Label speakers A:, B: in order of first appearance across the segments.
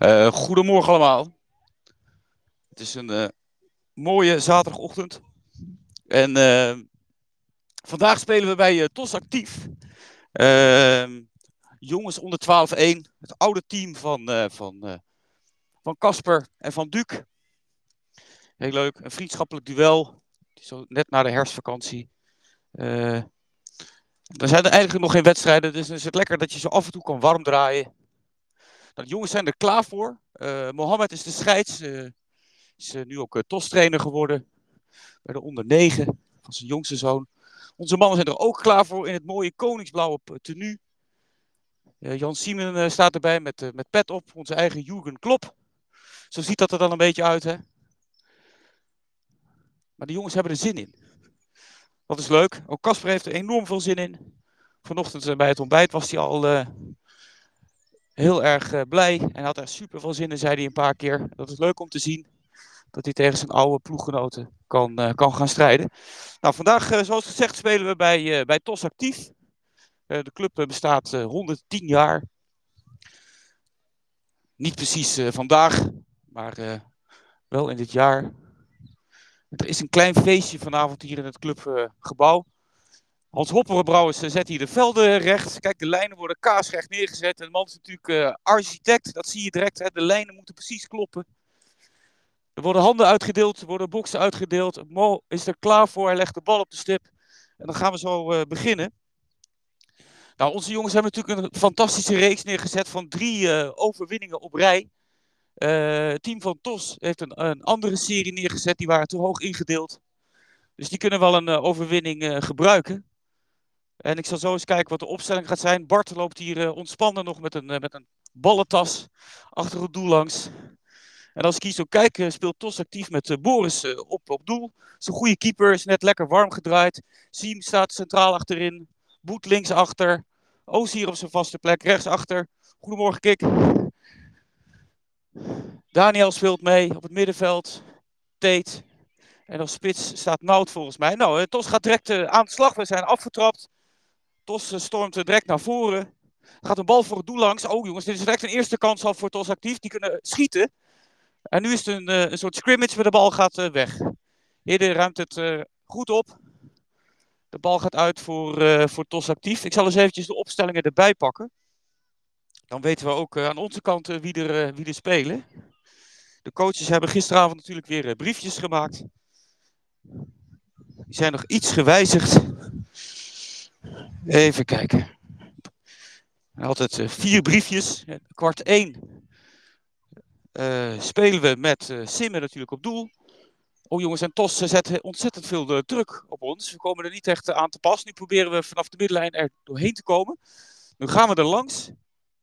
A: Goedemorgen allemaal. Het is een mooie zaterdagochtend. En vandaag spelen we bij TOS Actief. Jongens onder 12-1. Het oude team van Casper en van Duc. Heel leuk. Een vriendschappelijk duel. Zo net na de herfstvakantie. Er zijn er eigenlijk nog geen wedstrijden. Dus is het lekker dat je zo af en toe kan warm draaien. Nou, de jongens zijn er klaar voor. Mohammed is de scheids. Is nu ook TOS-trainer geworden. Bij de onder 9 van zijn jongste zoon. Onze mannen zijn er ook klaar voor in het mooie koningsblauwe tenue. Jan Siemen staat erbij met pet op. Onze eigen Jurgen Klopp. Zo ziet dat er dan een beetje uit, hè. Maar de jongens hebben er zin in. Dat is leuk. Ook Casper heeft er enorm veel zin in. Vanochtend bij het ontbijt was hij al heel erg blij. En had er super veel zin in, zei hij een paar keer. Dat is leuk om te zien. Dat hij tegen zijn oude ploeggenoten kan gaan strijden. Nou, vandaag, zoals gezegd, spelen we bij TOS Actief. De club bestaat 110 jaar. Niet precies vandaag, maar wel in dit jaar. Er is een klein feestje vanavond hier in het clubgebouw. Hans Hopperenbrouwers zet hier de velden recht. Kijk, de lijnen worden kaarsrecht neergezet. En de man is natuurlijk architect, dat zie je direct. Hè. De lijnen moeten precies kloppen. Er worden handen uitgedeeld, er worden boksen uitgedeeld. Mo is er klaar voor, hij legt de bal op de stip. En dan gaan we zo beginnen. Nou, onze jongens hebben natuurlijk een fantastische reeks neergezet van 3 overwinningen op rij. Het team van TOS heeft een andere serie neergezet, die waren te hoog ingedeeld. Dus die kunnen wel een overwinning gebruiken. En ik zal zo eens kijken wat de opstelling gaat zijn. Bart loopt hier ontspannen nog met een ballentas achter het doel langs. En als ik hier zo kijk, speelt TOS Actief met Boris op doel. Is een goede keeper, is net lekker warm gedraaid. Siem staat centraal achterin. Boet links achter. Oos hier op zijn vaste plek, rechts achter. Goedemorgen, Kik. Daniel speelt mee op het middenveld. Tate. En als spits staat Nout volgens mij. Nou, TOS gaat direct aan de slag. We zijn afgetrapt. TOS stormt direct naar voren. Gaat een bal voor het doel langs. Oh jongens, dit is direct een eerste kans al voor TOS Actief. Die kunnen schieten. En nu is het een soort scrimmage, maar de bal gaat weg. Hidde ruimt het goed op. De bal gaat uit voor TOS Actief. Ik zal eens eventjes de opstellingen erbij pakken. Dan weten we ook aan onze kant wie er spelen. De coaches hebben gisteravond natuurlijk weer briefjes gemaakt. Die zijn nog iets gewijzigd. Even kijken. Altijd 4 briefjes. Kwart 1 spelen we met Simmen natuurlijk op doel. Oh jongens, en TOS zet ontzettend veel druk op ons. We komen er niet echt aan te pas. Nu proberen we vanaf de middenlijn er doorheen te komen. Nu gaan we er langs.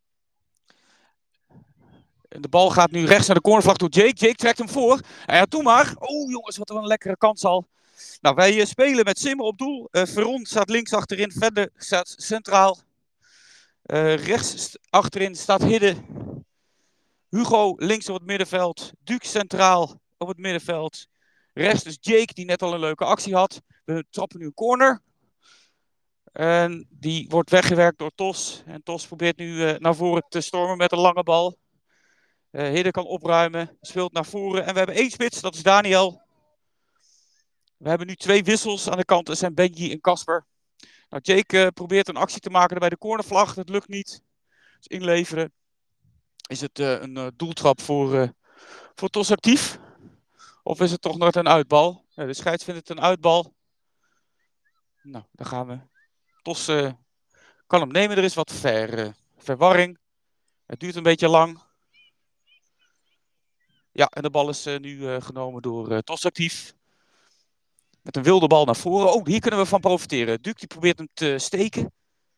A: En de bal gaat nu rechts naar de cornervlag door Jake. Jake trekt hem voor. En ja, doe maar. Oh jongens, wat een lekkere kans al. Nou, wij spelen met Simmer op doel. Veron staat links achterin. Verder staat centraal. Rechts achterin staat Hidde. Hugo links op het middenveld. Duc centraal op het middenveld. Rechts is Jake, die net al een leuke actie had. We trappen nu een corner. En die wordt weggewerkt door TOS. En TOS probeert nu naar voren te stormen met een lange bal. Hidde kan opruimen, speelt naar voren. En we hebben 1 spits, dat is Daniel. We hebben nu 2 wissels aan de kant. Dat zijn Benji en Casper. Nou, Jake probeert een actie te maken bij de cornervlag. Dat lukt niet. Dus inleveren. Is het een doeltrap voor TOS Actief? Of is het toch nog een uitbal? De scheids vindt het een uitbal. Nou, daar gaan we. TOS kan hem nemen. Er is wat verwarring. Het duurt een beetje lang. Ja, en de bal is nu genomen door TOS Actief. Met een wilde bal naar voren. Oh, hier kunnen we van profiteren. Duc die probeert hem te steken.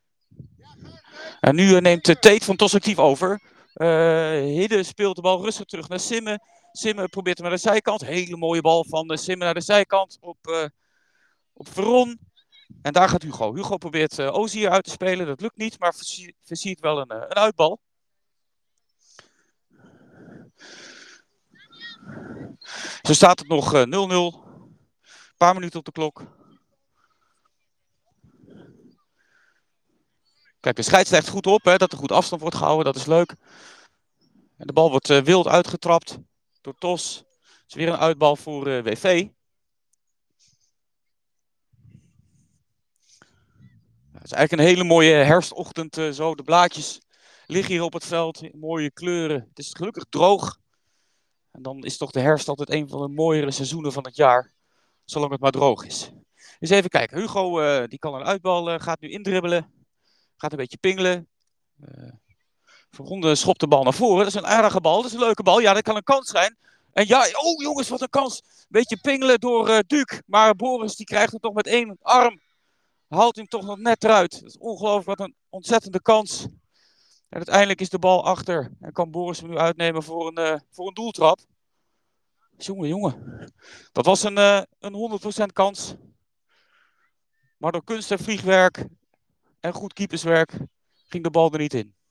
A: En nu neemt Tate van TOS Actief over. Hidde speelt de bal rustig terug naar Simmen. Simmen probeert hem naar de zijkant. Hele mooie bal van Simmen naar de zijkant op Veron. En daar gaat Hugo. Hugo probeert Ozier uit te spelen. Dat lukt niet, maar versiert wel een uitbal. Zo staat het nog 0-0. Een paar minuten op de klok. Kijk, de scheids legt goed op, hè, dat er goed afstand wordt gehouden. Dat is leuk. En de bal wordt wild uitgetrapt door TOS. Het is weer een uitbal voor WV. Het is eigenlijk een hele mooie herfstochtend zo. De blaadjes liggen hier op het veld. Mooie kleuren. Het is gelukkig droog. En dan is toch de herfst altijd een van de mooiere seizoenen van het jaar. Zolang het maar droog is. Dus even kijken. Hugo die kan een uitbal. Gaat nu indribbelen. Gaat een beetje pingelen. Verronde schopt de bal naar voren. Dat is een aardige bal. Dat is een leuke bal. Ja, dat kan een kans zijn. En ja, oh jongens, wat een kans. Beetje pingelen door Duc. Maar Boris die krijgt het toch met één arm. Haalt hem toch nog net eruit. Dat is ongelooflijk, wat een ontzettende kans. En uiteindelijk is de bal achter. En kan Boris hem nu uitnemen voor een doeltrap. Jongen. Dat was een 100% kans. Maar door kunst en vliegwerk en goed keeperswerk ging de bal er niet in.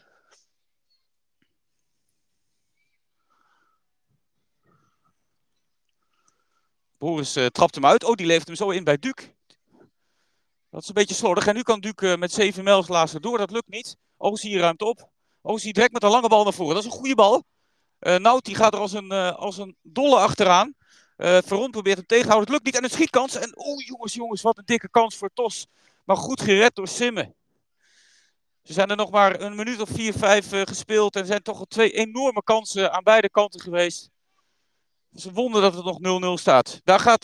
A: Boris trapt hem uit. Oh, die levert hem zo in bij Duc. Dat is een beetje slordig. En nu kan Duc met 7 mijls laatste door. Dat lukt niet. Ozzy ruimt op. Ozzy direct met een lange bal naar voren. Dat is een goede bal. Nout die gaat er als een dolle achteraan. Veron probeert hem tegenhouden. Het lukt niet. En een schietkans. En jongens, wat een dikke kans voor TOS. Maar goed gered door Simme. Ze zijn er nog maar een minuut of 4, 5 gespeeld. En er zijn toch al 2 enorme kansen aan beide kanten geweest. Het is een wonder dat het nog 0-0 staat. Daar gaat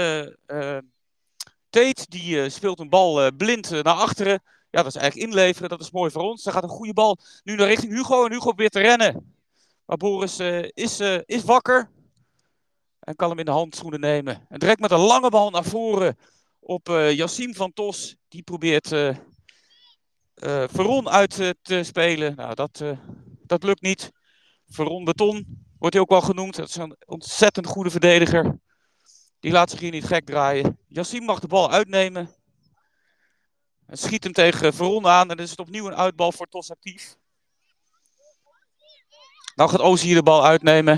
A: Tate. Die speelt een bal blind naar achteren. Ja, dat is eigenlijk inleveren. Dat is mooi voor ons. Daar gaat een goede bal nu naar richting Hugo. En Hugo probeert te rennen. Maar Boris is wakker. En kan hem in de handschoenen nemen. En direct met een lange bal naar voren op Yassim van TOS. Die probeert Veron uit te spelen. Nou, dat lukt niet. Veron Beton wordt hij ook wel genoemd. Dat is een ontzettend goede verdediger. Die laat zich hier niet gek draaien. Yassim mag de bal uitnemen. En schiet hem tegen Veron aan. En dan is het opnieuw een uitbal voor TOS actief. Nou gaat Ozzy hier de bal uitnemen.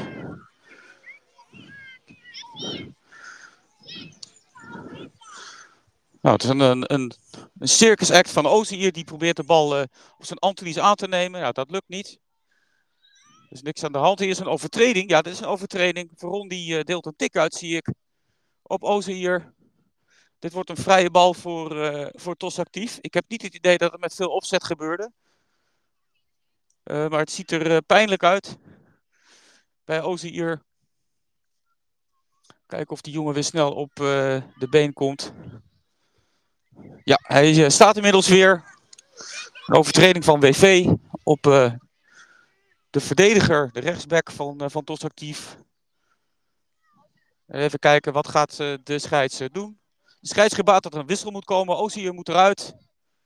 A: Nou, het is een circus act van Ozzy hier. Die probeert de bal op zijn Antonies aan te nemen. Nou, dat lukt niet. Er is niks aan de hand. Hier is een overtreding. Ja, dit is een overtreding. Veron die deelt een tik uit, zie ik. Op Ozzy hier. Dit wordt een vrije bal voor TOS actief. Ik heb niet het idee dat het met veel opzet gebeurde. Maar het ziet er pijnlijk uit. Bij Ozzy hier. Kijken of die jongen weer snel op de been komt. Ja, hij staat inmiddels weer. Een overtreding van WV op de verdediger, de rechtsback van TOS actief. Even kijken, wat gaat de scheids doen? De scheids gebaat dat er een wissel moet komen. Ozzy moet eruit.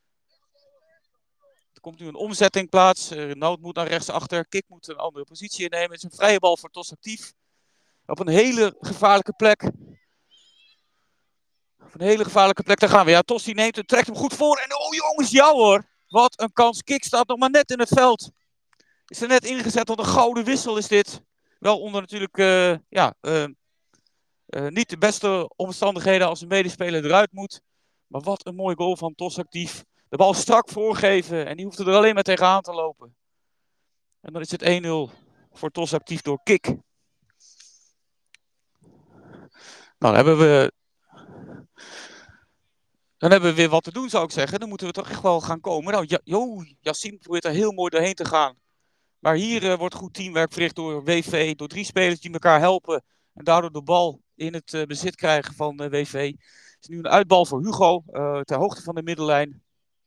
A: Er komt nu een omzetting plaats. Nout moet naar rechtsachter. Kik moet een andere positie innemen. Het is een vrije bal voor TOS actief. Op een hele gevaarlijke plek. Daar gaan we. Ja, TOS die neemt en trekt hem goed voor. En oh jongens, ja hoor. Wat een kans. Kik staat nog maar net in het veld. Is er net ingezet, tot een gouden wissel is dit. Wel onder natuurlijk niet de beste omstandigheden als een medespeler eruit moet. Maar wat een mooi goal van TOS actief. De bal strak voorgeven en die hoeft er alleen maar tegenaan te lopen. En dan is het 1-0 voor TOS actief door Kik. Nou, dan hebben we weer wat te doen, zou ik zeggen. Dan moeten we toch echt wel gaan komen. Nou, Yassim probeert er heel mooi doorheen te gaan. Maar hier wordt goed teamwerk verricht door WV. Door 3 spelers die elkaar helpen. En daardoor de bal in het bezit krijgen van WV. Het is nu een uitbal voor Hugo. Ter hoogte van de middenlijn.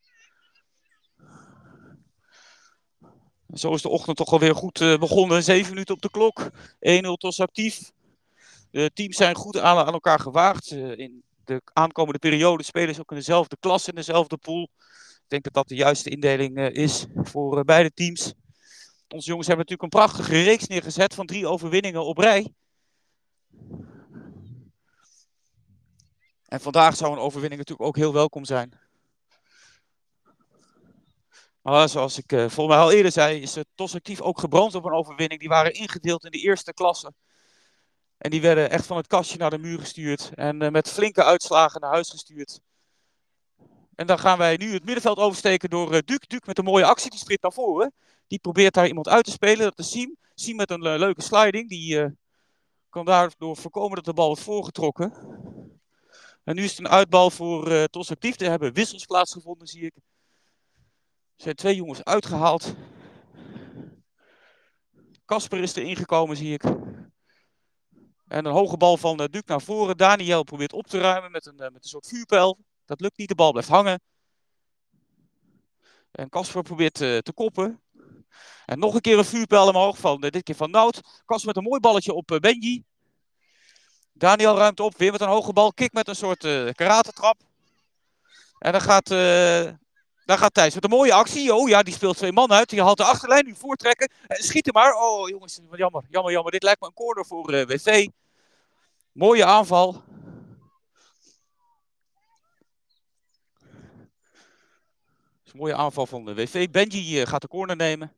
A: Zo is de ochtend toch alweer goed begonnen. 7 minuten op de klok. 1-0 TOS actief. De teams zijn goed aan elkaar gewaagd. In de aankomende periode spelen ze ook in dezelfde klas, in dezelfde pool. Ik denk dat dat de juiste indeling is voor beide teams. Onze jongens hebben natuurlijk een prachtige reeks neergezet van 3 overwinningen op rij. En vandaag zou een overwinning natuurlijk ook heel welkom zijn. Maar zoals ik volgens mij al eerder zei, is TOS actief ook gebrand op een overwinning. Die waren ingedeeld in de eerste klasse. En die werden echt van het kastje naar de muur gestuurd. En met flinke uitslagen naar huis gestuurd. En dan gaan wij nu het middenveld oversteken door Duc. Duc met een mooie actie, die sprint naar voren. Die probeert daar iemand uit te spelen, dat is Siem. Siem met een leuke sliding, die kan daardoor voorkomen dat de bal wordt voorgetrokken. En nu is het een uitbal voor TOS Actief. Er hebben wissels plaatsgevonden, zie ik. Er zijn 2 jongens uitgehaald. Kasper is er ingekomen, zie ik. En een hoge bal van Duc naar voren. Daniel probeert op te ruimen met een soort vuurpijl. Dat lukt niet, de bal blijft hangen. En Kasper probeert te koppen. En nog een keer een vuurpijl omhoog, dit keer van Nout. Kasper met een mooi balletje op Benji. Daniel ruimt op, weer met een hoge bal. Kick met een soort karatetrap. En dan gaat Thijs met een mooie actie. Oh ja, die speelt 2 man uit. Die haalt de achterlijn, nu voortrekken. Schieten maar. Oh jongens, jammer. Dit lijkt me een corner voor WV. Mooie aanval. Een mooie aanval van de WV. Benji gaat de corner nemen.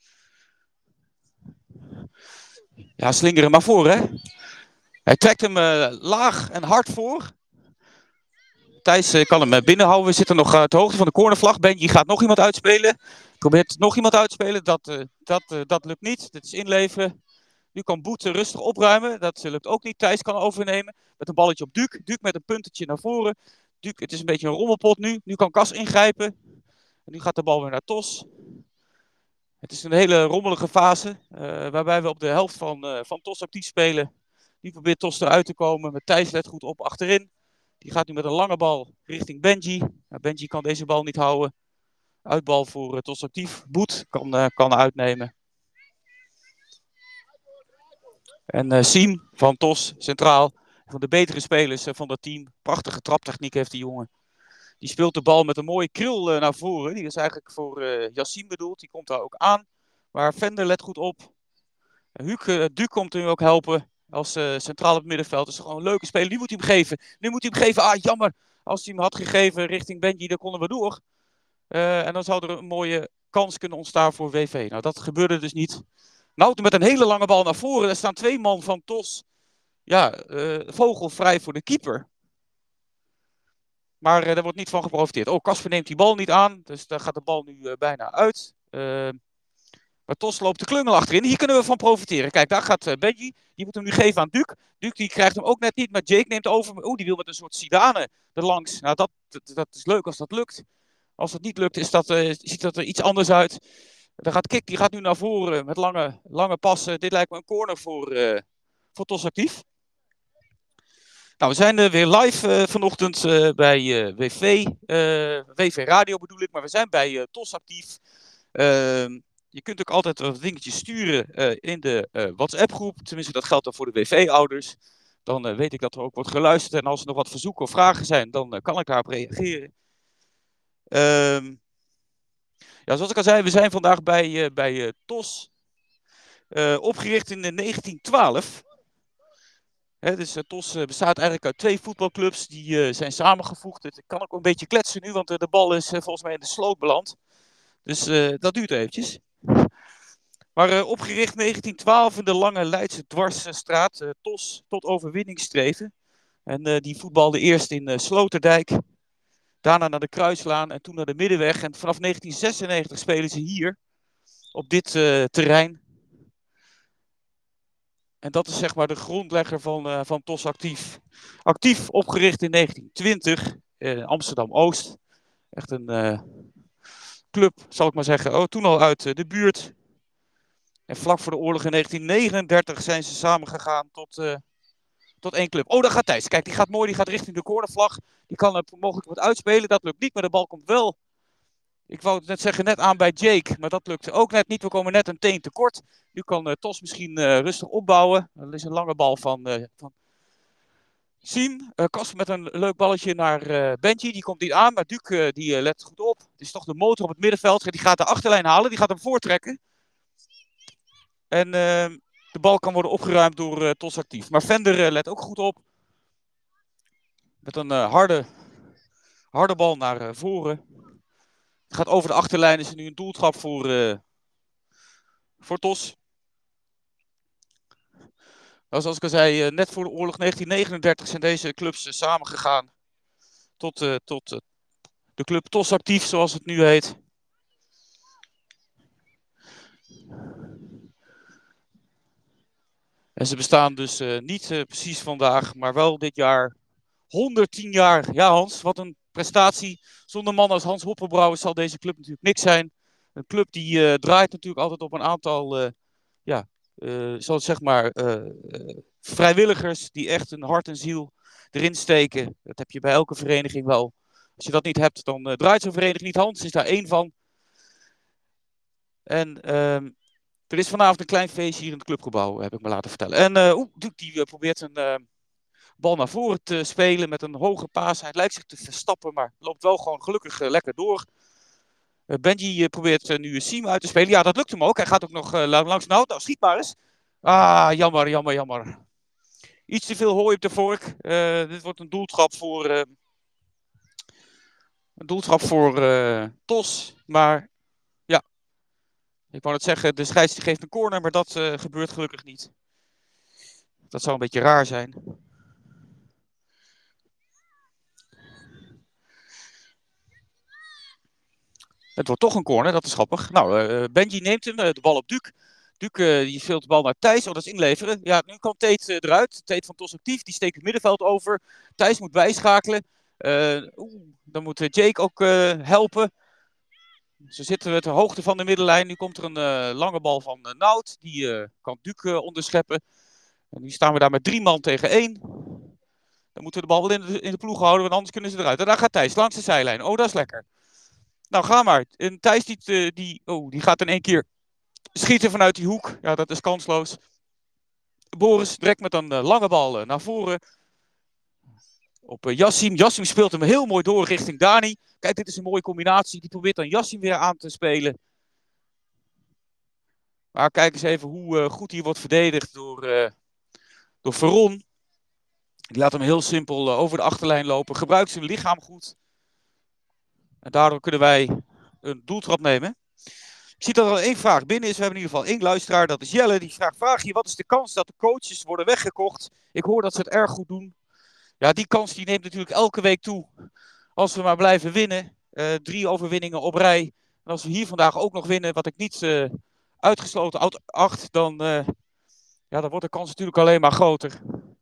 A: Ja, slingeren maar voor, hè. Hij trekt hem laag en hard voor. Thijs kan hem binnenhouden. We zitten nog ter hoogte van de cornervlag. Benji gaat nog iemand uitspelen. Probeert nog iemand uit te spelen. Dat lukt niet. Dit is inleveren. Nu kan Boet rustig opruimen. Dat lukt ook niet. Thijs kan overnemen. Met een balletje op Duc. Duc met een puntetje naar voren. Duc, het is een beetje een rommelpot nu. Nu kan Kas ingrijpen. En nu gaat de bal weer naar TOS. Het is een hele rommelige fase. Waarbij we op de helft van TOS actief spelen. Nu probeert TOS eruit te komen. Met Thijs let goed op achterin. Die gaat nu met een lange bal richting Benji. Nou, Benji kan deze bal niet houden. Uitbal voor TOS actief. Boet kan uitnemen. En Siem van TOS centraal. Van de betere spelers van dat team. Prachtige traptechniek heeft die jongen. Die speelt de bal met een mooie krul naar voren. Die is eigenlijk voor Yassine bedoeld. Die komt daar ook aan. Maar Vender let goed op. Duc komt nu ook helpen. Als centraal op het middenveld. Dat is gewoon een leuke speler. Nu moet hij hem geven. Ah, jammer. Als hij hem had gegeven richting Benji, dan konden we door. En dan zou er een mooie kans kunnen ontstaan voor WV. Nou, dat gebeurde dus niet. Nou, met een hele lange bal naar voren. Er staan 2 man van TOS. Ja, vogelvrij voor de keeper. Maar daar wordt niet van geprofiteerd. Oh, Kasper neemt die bal niet aan. Dus daar gaat de bal nu bijna uit. Maar TOS loopt de klungel achterin. Hier kunnen we van profiteren. Kijk, daar gaat Benji. Die moet hem nu geven aan Duc. Duc die krijgt hem ook net niet. Maar Jake neemt over. Oh, die wil met een soort Zidane erlangs. Nou, dat is leuk als dat lukt. Als het niet lukt, ziet dat er iets anders uit. Dan gaat Kik, die gaat nu naar voren met lange passen. Dit lijkt me een corner voor TOS actief. Nou, we zijn weer live vanochtend bij WV. WV Radio bedoel ik, maar we zijn bij TOS actief. Je kunt ook altijd wat dingetjes sturen in de WhatsApp-groep. Tenminste, dat geldt dan voor de WV-ouders. Dan weet ik dat er ook wordt geluisterd. En als er nog wat verzoeken of vragen zijn, dan kan ik daarop reageren. Ja, zoals ik al zei, we zijn vandaag bij TOS. Opgericht in 1912. Dus TOS bestaat eigenlijk uit 2 voetbalclubs. Die zijn samengevoegd. Ik kan ook een beetje kletsen nu, want de bal is volgens mij in de sloot beland. Dus dat duurt eventjes. Maar opgericht 1912 in de lange Leidse dwarsstraat. TOS tot overwinning streven. En die voetbalde eerst in Sloterdijk. Daarna naar de Kruislaan en toen naar de Middenweg. En vanaf 1996 spelen ze hier. Op dit terrein. En dat is zeg maar de grondlegger van TOS actief. Actief opgericht in 1920. Amsterdam-Oost. Echt een club, zal ik maar zeggen. Oh, toen al uit de buurt. En vlak voor de oorlog in 1939 zijn ze samengegaan tot 1 club. Oh, daar gaat Thijs. Kijk, die gaat mooi. Die gaat richting de cornervlag. Die kan mogelijk wat uitspelen. Dat lukt niet, maar de bal komt wel. Ik wou het net zeggen, net aan bij Jake. Maar dat lukt ook net niet. We komen net een teen tekort. Nu kan TOS misschien rustig opbouwen. Dat is een lange bal van Siem. Kasper met een leuk balletje naar Benji. Die komt niet aan, maar Duc die let goed op. Het is toch de motor op het middenveld. Die gaat de achterlijn halen. Die gaat hem voortrekken. En de bal kan worden opgeruimd door TOS actief. Maar Vender let ook goed op. Met een harde bal naar voren. Het gaat over de achterlijn. Is er nu een doeltrap voor TOS. Nou, zoals ik al zei, net voor de oorlog 1939 zijn deze clubs samengegaan tot De club TOS Actief, zoals het nu heet. En ze bestaan dus niet precies vandaag, maar wel dit jaar 110 jaar. Ja, Hans, wat een prestatie. Zonder man als Hans Hoppenbrouwer zal deze club natuurlijk niks zijn. Een club die draait natuurlijk altijd op een aantal, zoals zeg maar, vrijwilligers die echt hun hart en ziel erin steken. Dat heb je bij elke vereniging wel. Als je dat niet hebt, dan draait zo'n vereniging niet. Hans is daar één van. En er is vanavond een klein feestje hier in het clubgebouw, heb ik me laten vertellen. En Duke die probeert een bal naar voren te spelen met een hoge paas. Hij lijkt zich te verstappen, maar loopt wel gewoon gelukkig lekker door. Benji probeert nu Siem uit te spelen. Ja, dat lukt hem ook. Hij gaat ook nog langs de hout. Nou, schiet maar eens. Ah, jammer, jammer, jammer. Iets te veel hooi op de vork. Dit wordt een doeltrap voor TOS. Maar ja, ik wou net zeggen, de scheidsrechter geeft een corner, maar dat gebeurt gelukkig niet. Dat zou een beetje raar zijn. Het wordt toch een corner, dat is grappig. Nou, Benji neemt hem, de bal op Duke. Duke die speelt de bal naar Thijs. Oh, dat is inleveren. Ja, nu kan Tate eruit. Tate van TOS Actief, die steekt het middenveld over. Thijs moet bijschakelen. Dan moet Jake ook helpen. Ze zitten met de hoogte van de middenlijn. Nu komt er een lange bal van Nout. Die kan Duke onderscheppen. En nu staan we daar met 3 man tegen 1. Dan moeten we de bal wel in de ploeg houden, want anders kunnen ze eruit. En daar gaat Thijs langs de zijlijn. Oh, dat is lekker. Nou, ga maar. En Thijs die gaat in één keer schieten vanuit die hoek. Ja, dat is kansloos. Boris direct met een lange bal naar voren. Op Yassim. Yassim speelt hem heel mooi door richting Dani. Kijk, dit is een mooie combinatie. Die probeert dan Yassim weer aan te spelen. Maar kijk eens even hoe goed hier wordt verdedigd door Veron. Die laat hem heel simpel over de achterlijn lopen. Gebruikt zijn lichaam goed. En daardoor kunnen wij een doeltrap nemen. Ik zie dat er al 1 vraag binnen is. We hebben in ieder geval 1 luisteraar. Dat is Jelle. Die vraagt je, wat is de kans dat de coaches worden weggekocht? Ik hoor dat ze het erg goed doen. Ja, die kans die neemt natuurlijk elke week toe. Als we maar blijven winnen. 3 overwinningen op rij. En als we hier vandaag ook nog winnen, wat ik niet uitgesloten acht, dan wordt de kans natuurlijk alleen maar groter.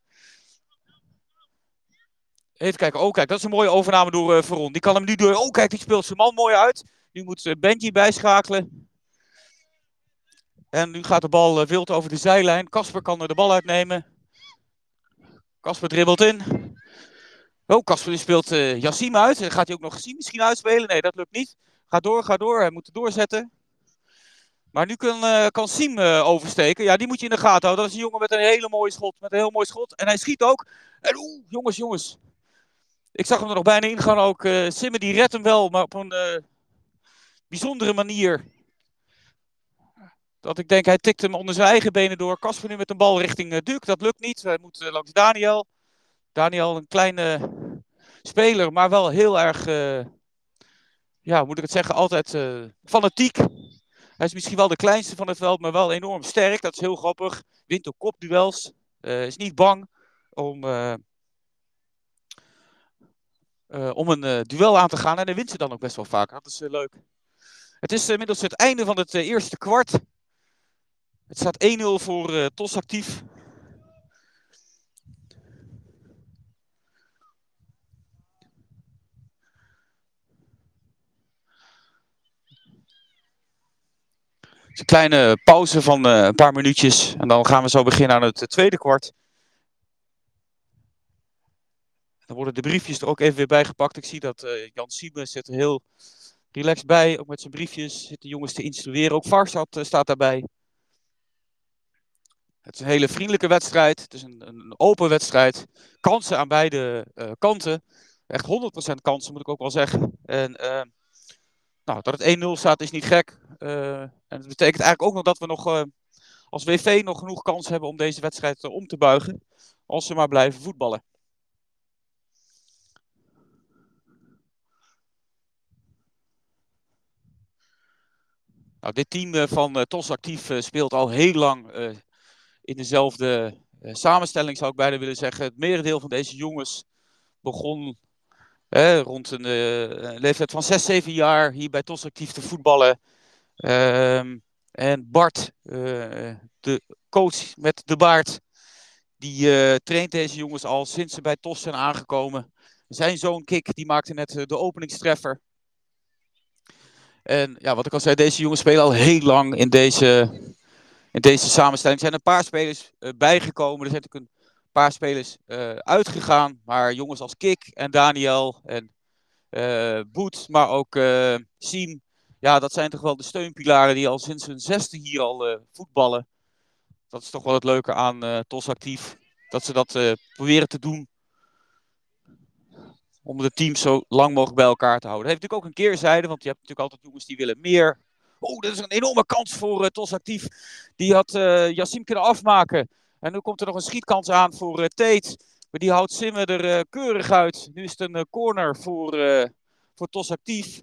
A: Even kijken. Oh, kijk, dat is een mooie overname door Veron. Die kan hem nu door. Oh, kijk, die speelt zijn man mooi uit. Nu moet Benji bijschakelen. En nu gaat de bal wild over de zijlijn. Kasper kan er de bal uitnemen. Kasper dribbelt in. Oh, Kasper speelt Yassim uit. Gaat hij ook nog Yassim misschien uitspelen? Nee, dat lukt niet. Ga door. Hij moet het doorzetten. Maar nu kan Siem oversteken. Ja, die moet je in de gaten houden. Dat is een jongen met een hele mooie schot. Met een heel mooi schot. En hij schiet ook. En jongens. Ik zag hem er nog bijna ingaan ook. Simmen die redt hem wel, maar op een bijzondere manier. Dat ik denk, hij tikt hem onder zijn eigen benen door. Kasper nu met een bal richting Duke. Dat lukt niet. Hij moet langs Daniel. Daniel, een kleine speler, maar wel heel erg, moet ik het zeggen, altijd fanatiek. Hij is misschien wel de kleinste van het veld, maar wel enorm sterk. Dat is heel grappig. Wint ook kopduels. Is niet bang om een duel aan te gaan. En hij wint ze dan ook best wel vaak. Dat is leuk. Het is inmiddels het einde van het eerste kwart. Het staat 1-0 voor TOS Actief. Een kleine pauze van een paar minuutjes. En dan gaan we zo beginnen aan het tweede kwart. Dan worden de briefjes er ook even weer bij gepakt. Ik zie dat Jan Siebe zit er heel relaxed bij. Ook met zijn briefjes zitten jongens te instrueren. Ook Varsat staat daarbij. Het is een hele vriendelijke wedstrijd. Het is een open wedstrijd. Kansen aan beide kanten. Echt 100% kansen moet ik ook wel zeggen. En dat het 1-0 staat is niet gek. En dat betekent eigenlijk ook nog dat we nog als WV nog genoeg kans hebben om deze wedstrijd om te buigen. Als ze maar blijven voetballen. Nou, dit team van TOS Actief speelt al heel lang in dezelfde samenstelling, zou ik bijna willen zeggen. Het merendeel van deze jongens begon Rond een leeftijd van 6, 7 jaar hier bij TOS actief te voetballen. En Bart, de coach met de baard, die traint deze jongens al sinds ze bij TOS zijn aangekomen. Zijn zoon Kik, die maakte net de openingstreffer. En ja, wat ik al zei, deze jongens spelen al heel lang in deze samenstelling. Er zijn een paar spelers bijgekomen. Er zijn natuurlijk een paar spelers uitgegaan. Maar jongens als Kik en Daniel en Boet, maar ook Siem. Ja, dat zijn toch wel de steunpilaren die al sinds hun 6e hier al voetballen. Dat is toch wel het leuke aan TOS actief. Dat ze dat proberen te doen. Om de teams zo lang mogelijk bij elkaar te houden. Dat heeft natuurlijk ook een keerzijde, want je hebt natuurlijk altijd jongens die willen meer. Oh, dat is een enorme kans voor TOS actief. Die had Yassim kunnen afmaken. En nu komt er nog een schietkans aan voor Tate. Maar die houdt Simme er keurig uit. Nu is het een corner voor TOS actief.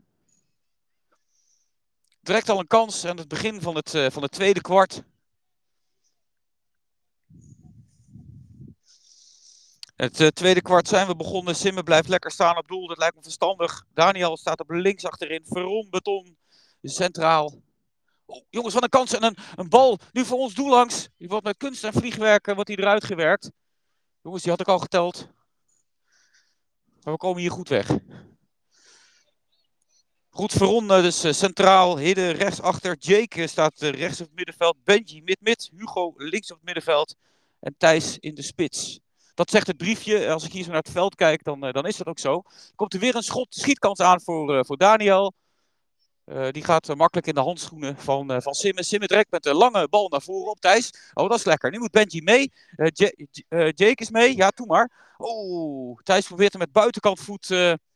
A: Direct al een kans aan het begin van het tweede kwart. Het tweede kwart zijn we begonnen. Simme blijft lekker staan op doel. Dat lijkt me verstandig. Daniel staat op links achterin. Veron, Beton, centraal. Oh, jongens, wat een kans. En een bal nu voor ons doel langs. Die wordt met kunst en vliegwerken wordt die eruit gewerkt. Jongens, die had ik al geteld. Maar we komen hier goed weg. Goed Veron, dus centraal. Hidden rechtsachter. Jake staat rechts op het middenveld. Benji mid-mid. Hugo links op het middenveld. En Thijs in de spits. Dat zegt het briefje. Als ik hier zo naar het veld kijk, dan is dat ook zo. Komt er weer een schietkans aan voor Daniel. Die gaat makkelijk in de handschoenen van Simme. Simme direct met een lange bal naar voren op Thijs. Oh, dat is lekker. Nu moet Benji mee. Jake is mee. Ja, doe maar. Oh, Thijs probeert hem met buitenkant voet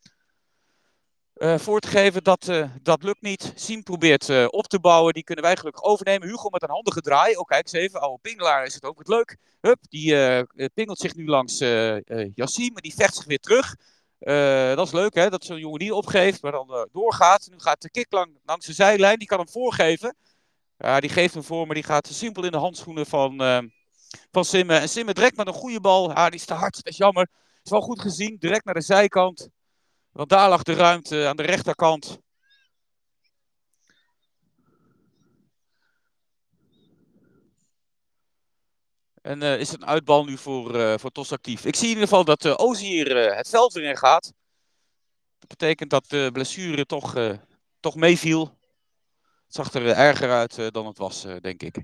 A: voor te geven. Dat lukt niet. Siem probeert op te bouwen. Die kunnen wij gelukkig overnemen. Hugo met een handige draai. Oh, kijk eens even. Oude pingelaar is het ook wat leuk. Hup, die pingelt zich nu langs Yassim. Maar die vecht zich weer terug. Dat is leuk, hè? Dat zo'n jongen niet opgeeft, maar dan doorgaat. Nu gaat de Kik langs de zijlijn. Die kan hem voorgeven. Ja, die geeft hem voor, maar die gaat simpel in de handschoenen van Simme. En Simme direct met een goede bal. Ja, die staat. Dat is jammer. Is wel goed gezien. Direct naar de zijkant. Want daar lag de ruimte aan de rechterkant. En is het een uitbal nu voor TOS actief. Ik zie in ieder geval dat Ozier het veld weer in gaat. Dat betekent dat de blessure toch meeviel. Het zag er erger uit dan het was, denk ik.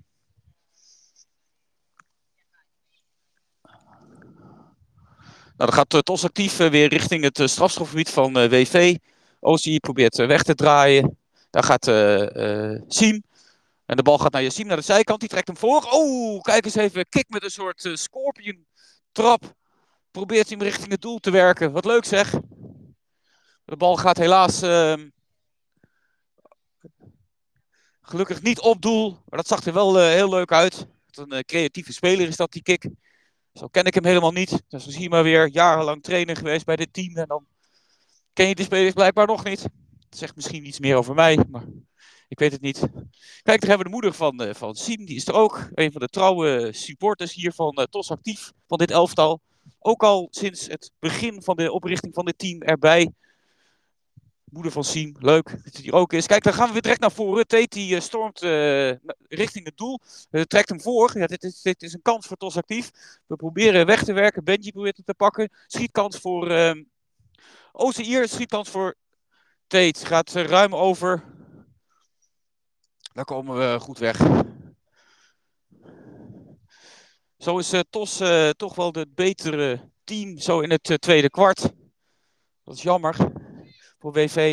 A: Nou, dan gaat TOS actief weer richting het strafschopgebied van WV. Ozier probeert weg te draaien. Daar gaat Siem. En de bal gaat naar Yassim, naar de zijkant. Die trekt hem voor. Oh, kijk eens even. Kik met een soort scorpion trap. Probeert hij hem richting het doel te werken. Wat leuk zeg. De bal gaat helaas gelukkig niet op doel. Maar dat zag er wel heel leuk uit. Een creatieve speler is dat, die Kik. Zo ken ik hem helemaal niet. Dus we zien maar weer jarenlang trainer geweest bij dit team. En dan ken je de spelers blijkbaar nog niet. Dat zegt misschien iets meer over mij, maar ik weet het niet. Kijk, daar hebben we de moeder van Siem. Die is er ook. Een van de trouwe supporters hier van TOS actief. Van dit elftal. Ook al sinds het begin van de oprichting van dit team erbij. Moeder van Siem, leuk dat het hier ook is. Kijk, dan gaan we weer direct naar voren. Tate die stormt richting het doel. Trekt hem voor. Ja, dit is een kans voor TOS actief. We proberen weg te werken. Benji probeert hem te pakken. Schietkans voor Ozier. Schietkans voor Tate. Gaat ruim over. Daar komen we goed weg. Zo is TOS toch wel het betere team zo in het tweede kwart. Dat is jammer voor WV.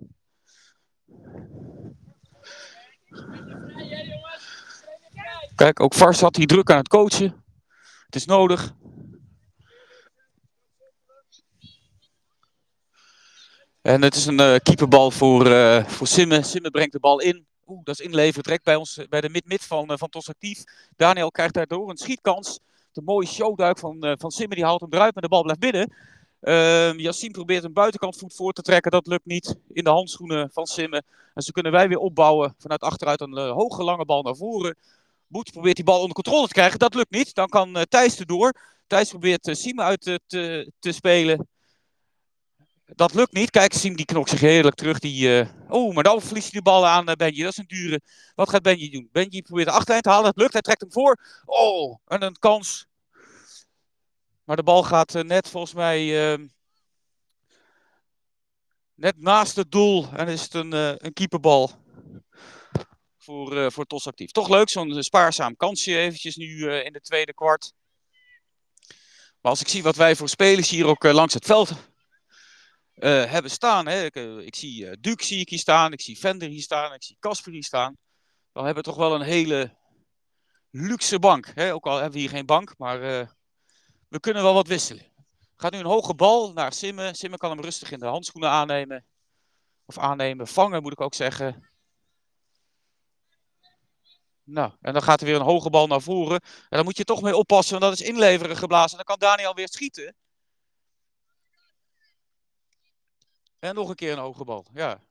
A: Kijk, ook Vars had hij druk aan het coachen. Het is nodig. En het is een keeperbal voor Simme. Simme brengt de bal in. Oeh, dat is inleveren direct bij de mid-mid van TOS actief. Daniel krijgt daardoor een schietkans. De mooie showduik van Simme. Die haalt hem eruit, maar de bal blijft binnen. Yassim probeert een buitenkantvoet voor te trekken. Dat lukt niet in de handschoenen van Simme. En zo kunnen wij weer opbouwen vanuit achteruit een hoge lange bal naar voren. Boet probeert die bal onder controle te krijgen. Dat lukt niet. Dan kan Thijs erdoor. Thijs probeert Simme uit te spelen. Dat lukt niet. Kijk, Siem die knokt zich heerlijk terug. Maar dan verliest hij de bal aan Benji. Dat is een dure. Wat gaat Benji doen? Benji probeert de achterlijn te halen. Het lukt. Hij trekt hem voor. Oh, en een kans. Maar de bal gaat net volgens mij net naast het doel. En is het een keeperbal voor TOS Actief. Toch leuk, zo'n spaarzaam kansje eventjes nu in de tweede kwart. Maar als ik zie wat wij voor spelers hier ook langs het veld hebben staan. Hè. Ik zie Duke zie ik hier staan. Ik zie Vender hier staan. Ik zie Casper hier staan. Dan hebben we toch wel een hele luxe bank. Hè. Ook al hebben we hier geen bank. Maar we kunnen wel wat wisselen. Gaat nu een hoge bal naar Simme. Simme kan hem rustig in de handschoenen aannemen. Of aannemen. Vangen moet ik ook zeggen. Nou, en dan gaat er weer een hoge bal naar voren. En dan moet je toch mee oppassen. Want dat is inleveren geblazen. En dan kan Daniel weer schieten. En nog een keer een hoge bal. Ja.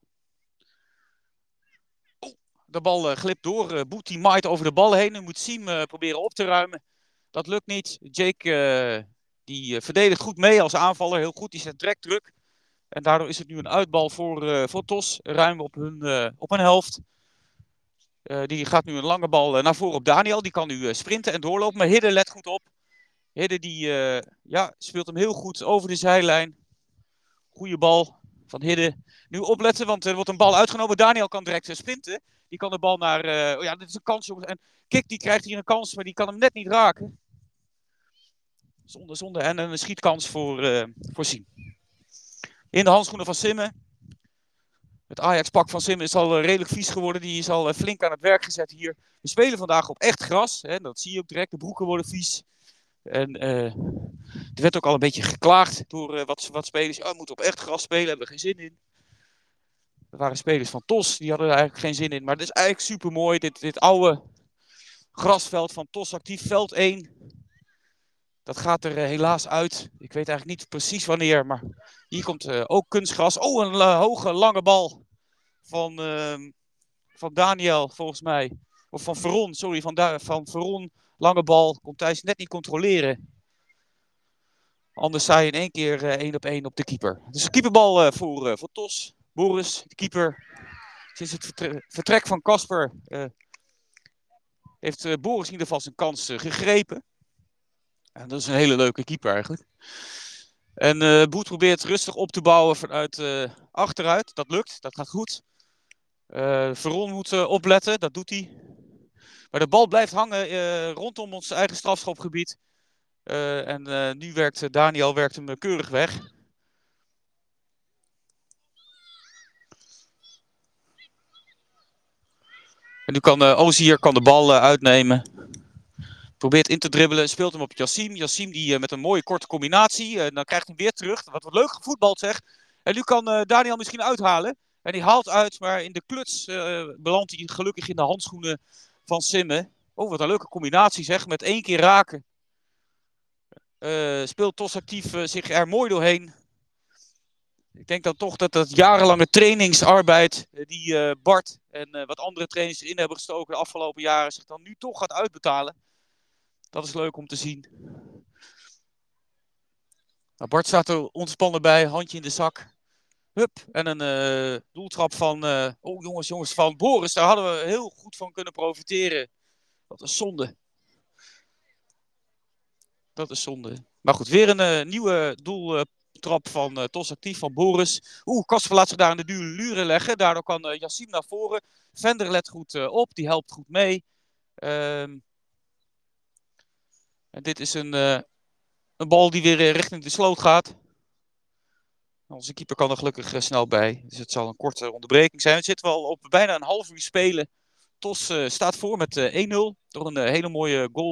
A: De bal glipt door. Boet die maait over de bal heen. Nu moet Siem proberen op te ruimen. Dat lukt niet. Jake die verdedigt goed mee als aanvaller. Heel goed. Die zet direct druk. En daardoor is het nu een uitbal voor TOS. Ruim op hun helft. Die gaat nu een lange bal naar voren op Daniel. Die kan nu sprinten en doorlopen. Maar Hidde let goed op. Hidde die speelt hem heel goed over de zijlijn. Goeie bal van Hidde. Nu opletten, want er wordt een bal uitgenomen. Daniel kan direct sprinten. Die kan de bal naar... dit is een kans, jongens. En Kik die krijgt hier een kans, maar die kan hem net niet raken. Zonde. En een schietkans voor Siem. In de handschoenen van Simme. Het Ajax-pak van Simme is al redelijk vies geworden. Die is al flink aan het werk gezet hier. We spelen vandaag op echt gras. Hè, dat zie je ook direct. De broeken worden vies. En er werd ook al een beetje geklaagd door wat spelers. We moeten op echt gras spelen, hebben we geen zin in. Er waren spelers van TOS, die hadden er eigenlijk geen zin in. Maar het is eigenlijk super mooi. Dit oude grasveld van TOS Actief, veld 1. Dat gaat er helaas uit. Ik weet eigenlijk niet precies wanneer. Maar hier komt ook kunstgras. Oh, een hoge, lange bal van Daniel, volgens mij. Of van Veron, sorry. Van Veron, lange bal. Kon Thijs net niet controleren. Anders sta je in één keer 1-op-1 op de keeper. Dus een keeperbal voor TOS. Boris, de keeper. Sinds het vertrek van Casper heeft Boris in ieder geval zijn kans gegrepen. En dat is een hele leuke keeper eigenlijk. En Boet probeert rustig op te bouwen vanuit achteruit. Dat lukt, dat gaat goed. Veron moet opletten, dat doet hij. Maar de bal blijft hangen rondom ons eigen strafschopgebied. Nu werkt Daniel hem keurig weg. En nu kan Ozier de bal uitnemen. Probeert in te dribbelen, speelt hem op Yassim. Yassim die met een mooie korte combinatie. Dan krijgt hij hem weer terug. Wat leuk gevoetbald zeg. En nu kan Daniel misschien uithalen. En die haalt uit, maar in de kluts belandt hij gelukkig in de handschoenen van Simme. Oh, wat een leuke combinatie zeg. Met 1 keer raken. Speelt TOS Actief zich er mooi doorheen. Ik denk dan toch dat jarenlange trainingsarbeid die Bart en wat andere trainers erin hebben gestoken de afgelopen jaren zich dan nu toch gaat uitbetalen. Dat is leuk om te zien. Nou, Bart staat er ontspannen bij, handje in de zak. Hup, en een doeltrap van jongens, van Boris. Daar hadden we heel goed van kunnen profiteren. Wat een zonde. Dat is zonde. Maar goed, weer een nieuwe doeltrap van TOS Actief van Boris. Kasper laat zich daar in de duur luren leggen. Daardoor kan Yassim naar voren. Vender let goed op, die helpt goed mee. En dit is een bal die weer richting de sloot gaat. Onze keeper kan er gelukkig snel bij. Dus het zal een korte onderbreking zijn. We zitten al op bijna een half uur spelen. TOS staat voor met 1-0. Door een hele mooie goal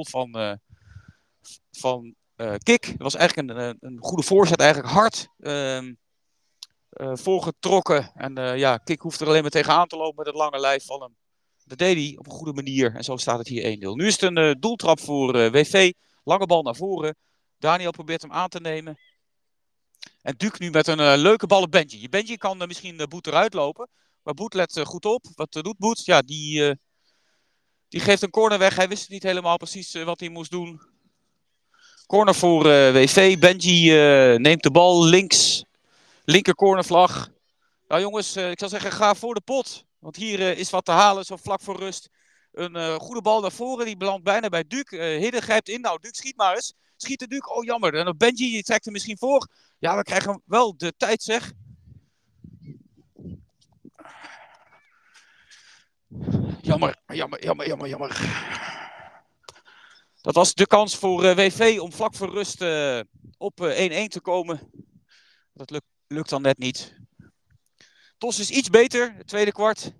A: van Kik. Dat was eigenlijk een goede voorzet. Eigenlijk hard voorgetrokken. En Kik hoeft er alleen maar tegenaan te lopen met het lange lijf van hem. Dat deed hij op een goede manier. En zo staat het hier 1-0. Nu is het een doeltrap voor WV. Lange bal naar voren. Daniel probeert hem aan te nemen. En Duke nu met een leuke bal op Benji. Benji kan misschien Boet eruit lopen. Maar Boet let goed op. Wat doet Boet? Ja, die geeft een corner weg. Hij wist niet helemaal precies wat hij moest doen. Corner voor WV. Benji neemt de bal links Linker cornervlag. Nou jongens, ik zou zeggen, ga voor de pot. Want hier is wat te halen, zo vlak voor rust. Een goede bal naar voren, die belandt bijna bij Duc. Hidde grijpt in. Nou, Duc schiet maar eens. Schiet de Duc, oh jammer. En dan Benji, die trekt hem misschien voor. Ja, we krijgen wel de tijd, zeg. Jammer. Dat was de kans voor WV om vlak voor rust op 1-1 te komen. Dat lukt dan net niet. TOS is iets beter, het tweede kwart.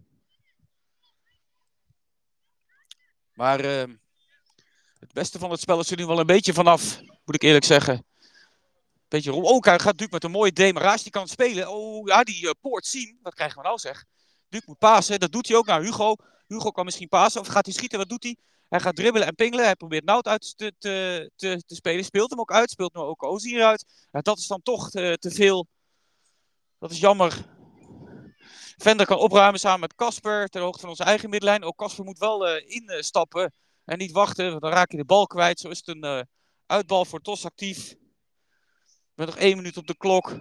A: Maar het beste van het spel is er nu wel een beetje vanaf, moet ik eerlijk zeggen. Beetje rond. Oh, hij gaat Duc met een mooie demarage. Die kan spelen. Oh, ja, die Poort Siem. Wat krijgen we nou, zeg? Duc moet pasen. Dat doet hij ook naar Hugo. Hugo kan misschien pasen. Of gaat hij schieten? Wat doet hij? Hij gaat dribbelen en pingelen. Hij probeert Nout uit te spelen. Speelt hem ook uit. Speelt nu ook Ozier uit. Ja, dat is dan toch te veel. Dat is jammer. Vender kan opruimen samen met Casper. Ter hoogte van onze eigen middenlijn. Ook Casper moet wel instappen. En niet wachten. Want dan raak je de bal kwijt. Zo is het een uitbal voor TOS actief. Met nog 1 minuut op de klok.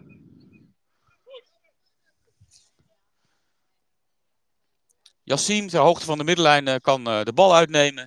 A: Yassim, ter hoogte van de middenlijn, kan de bal uitnemen.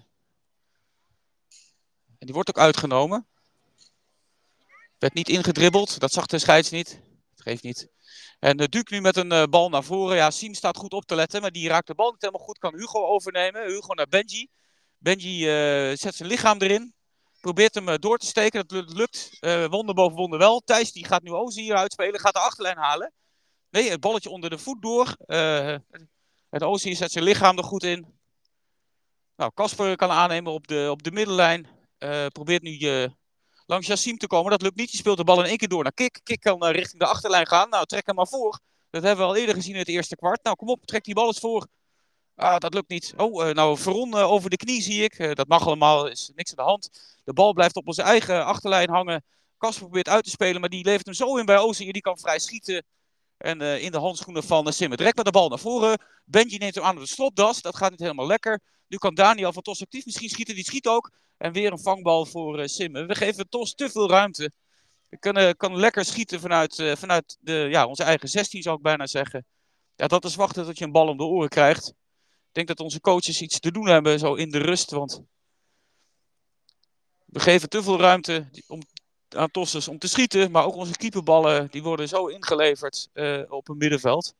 A: En die wordt ook uitgenomen. Werd niet ingedribbeld, dat zag de scheids niet. Dat geeft niet. En Duc nu met een bal naar voren. Ja, Siem staat goed op te letten, maar die raakt de bal niet helemaal goed. Kan Hugo overnemen. Hugo naar Benji. Benji zet zijn lichaam erin. Probeert hem door te steken. Dat lukt. Wonder boven wonder wel. Thijs die gaat nu Ozier uitspelen. Gaat de achterlijn halen. Nee, het balletje onder de voet door. Het Ozier zet zijn lichaam er goed in. Nou, Casper kan aannemen op de middenlijn. Probeert nu langs Yassim te komen. Dat lukt niet. Die speelt de bal in één keer door naar Kik. Kik kan richting de achterlijn gaan. Nou, trek hem maar voor. Dat hebben we al eerder gezien in het eerste kwart. Nou, kom op. Trek die bal eens voor. Ah, dat lukt niet. Oh, nou, Veron over de knie zie ik. Dat mag allemaal. Is niks aan de hand. De bal blijft op onze eigen achterlijn hangen. Casper probeert uit te spelen, maar die levert hem zo in bij Ozier. Die kan vrij schieten. En in de handschoenen van Simmer. Direct met de bal naar voren. Benji neemt hem aan op de stropdas. Dat gaat niet helemaal lekker. Nu kan Daniel van TOS actief misschien schieten. Die schiet ook. En weer een vangbal voor Simmer. We geven TOS te veel ruimte. We kan lekker schieten vanuit onze eigen 16, zou ik bijna zeggen. Ja, dat is wachten tot je een bal om de oren krijgt. Ik denk dat onze coaches iets te doen hebben zo in de rust. Want we geven te veel ruimte aan Tossers om te schieten. Maar ook onze keeperballen die worden zo ingeleverd op een middenveld.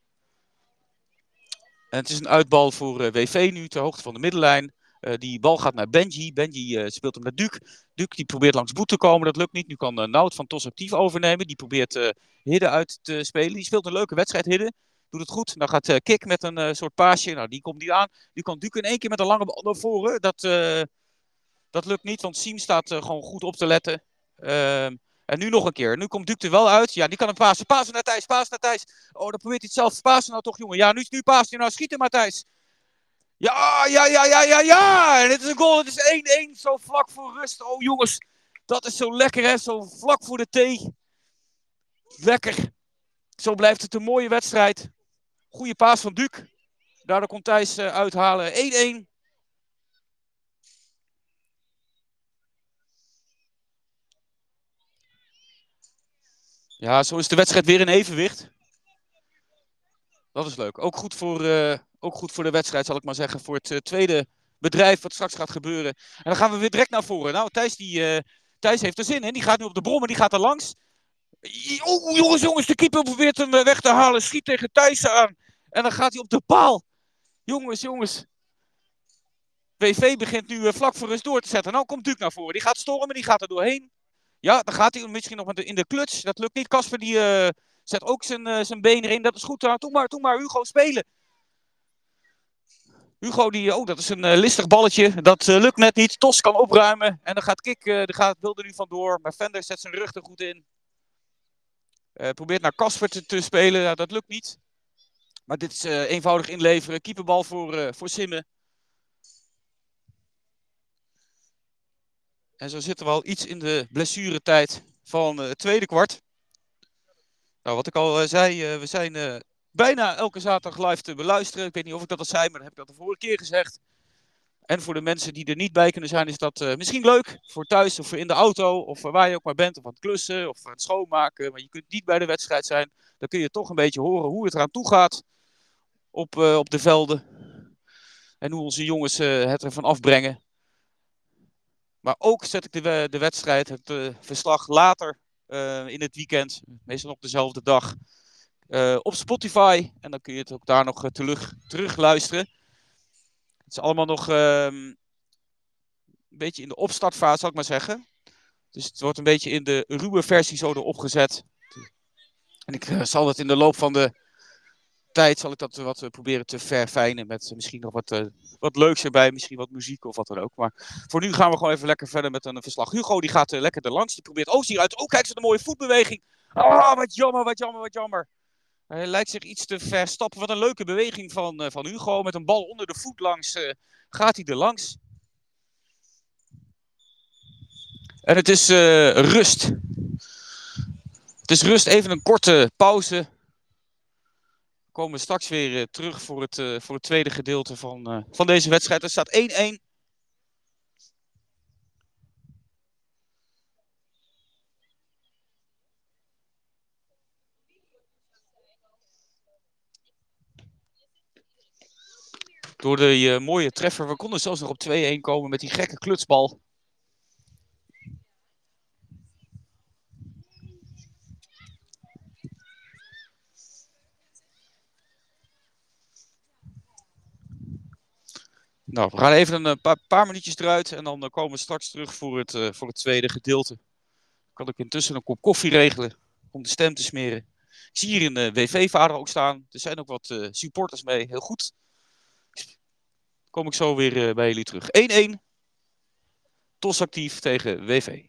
A: En het is een uitbal voor WV nu, ter hoogte van de middenlijn. Die bal gaat naar Benji. Benji speelt hem naar Duc. Duc die probeert langs Boet te komen, dat lukt niet. Nu kan Nout van TOS actief overnemen. Die probeert Hidde uit te spelen. Die speelt een leuke wedstrijd, Hidde. Doet het goed. Dan gaat Kik met een soort paasje. Nou, die komt niet aan. Nu kan Duc in één keer met een lange bal naar voren. Dat lukt niet, want Siem staat gewoon goed op te letten. En nu nog een keer. Nu komt Duc er wel uit. Ja, die kan hem pasen. Pasen naar Thijs. Pasen naar Thijs. Oh, dan probeert hij het zelf. Pasen nou toch, jongen. Ja, nu paast hij. Nou, schieten maar, Thijs. Ja. En het is een goal. Het is 1-1. Zo vlak voor rust. Oh, jongens. Dat is zo lekker, hè. Zo vlak voor de thee. Lekker. Zo blijft het een mooie wedstrijd. Goede paas van Duc. Daardoor komt Thijs uithalen. 1-1. Ja, zo is de wedstrijd weer in evenwicht. Dat is leuk. Ook goed voor de wedstrijd, zal ik maar zeggen. Voor het tweede bedrijf wat straks gaat gebeuren. En dan gaan we weer direct naar voren. Nou, Thijs heeft er zin in. Die gaat nu op de brommer. Die gaat er langs. Oh, jongens. De keeper probeert hem weg te halen. Schiet tegen Thijs aan. En dan gaat hij op de paal. Jongens. WV begint nu vlak voor rust door te zetten. Nou komt Duc naar voren. Die gaat stormen. Die gaat er doorheen. Ja, dan gaat hij misschien nog in de kluts. Dat lukt niet. Casper die zet ook zijn been erin. Dat is goed. Doe maar Hugo spelen. Hugo, dat is een listig balletje. Dat lukt net niet. TOS kan opruimen. En dan gaat Kik, wil er nu vandoor. Maar Vender zet zijn rug er goed in. Probeert naar Casper te spelen. Ja, dat lukt niet. Maar dit is eenvoudig inleveren. Keeperbal voor Simmen. En zo zitten we al iets in de blessuretijd van het tweede kwart. Nou, wat ik al zei, we zijn bijna elke zaterdag live te beluisteren. Ik weet niet of ik dat al zei, maar dat heb ik dat de vorige keer gezegd. En voor de mensen die er niet bij kunnen zijn, is dat misschien leuk. Voor thuis of in de auto of waar je ook maar bent. Of aan het klussen of aan het schoonmaken. Maar je kunt niet bij de wedstrijd zijn. Dan kun je toch een beetje horen hoe het eraan toe gaat op de velden. En hoe onze jongens het ervan afbrengen. Maar ook zet ik de wedstrijd, het verslag later in het weekend. Meestal op dezelfde dag. Op Spotify. En dan kun je het ook daar nog terug luisteren. Het is allemaal nog een beetje in de opstartfase, zal ik maar zeggen. Dus het wordt een beetje in de ruwe versie zo erop gezet. En ik zal het in de loop van de tijd zal ik dat wat proberen te verfijnen. Met misschien nog wat leuks erbij. Misschien wat muziek of wat dan ook. Maar voor nu gaan we gewoon even lekker verder met een verslag. Hugo die gaat lekker erlangs. Die probeert hieruit. Oh, kijk eens een mooie voetbeweging. Ah, wat jammer, wat jammer, wat jammer. Hij lijkt zich iets te verstappen. Wat een leuke beweging van Hugo. Met een bal onder de voet langs gaat hij er langs. En het is rust. Het is rust. Even een korte pauze. We komen straks weer terug voor het tweede gedeelte van deze wedstrijd. Er staat 1-1. Door de mooie treffer. We konden zelfs nog op 2-1 komen met die gekke klutsbal. Nou, we gaan even een paar minuutjes eruit. En dan komen we straks terug voor het tweede gedeelte. Kan ik intussen een kop koffie regelen om de stem te smeren. Ik zie hier een WV-vader ook staan. Er zijn ook wat supporters mee. Heel goed. Kom ik zo weer bij jullie terug. 1-1. TOS actief tegen WV.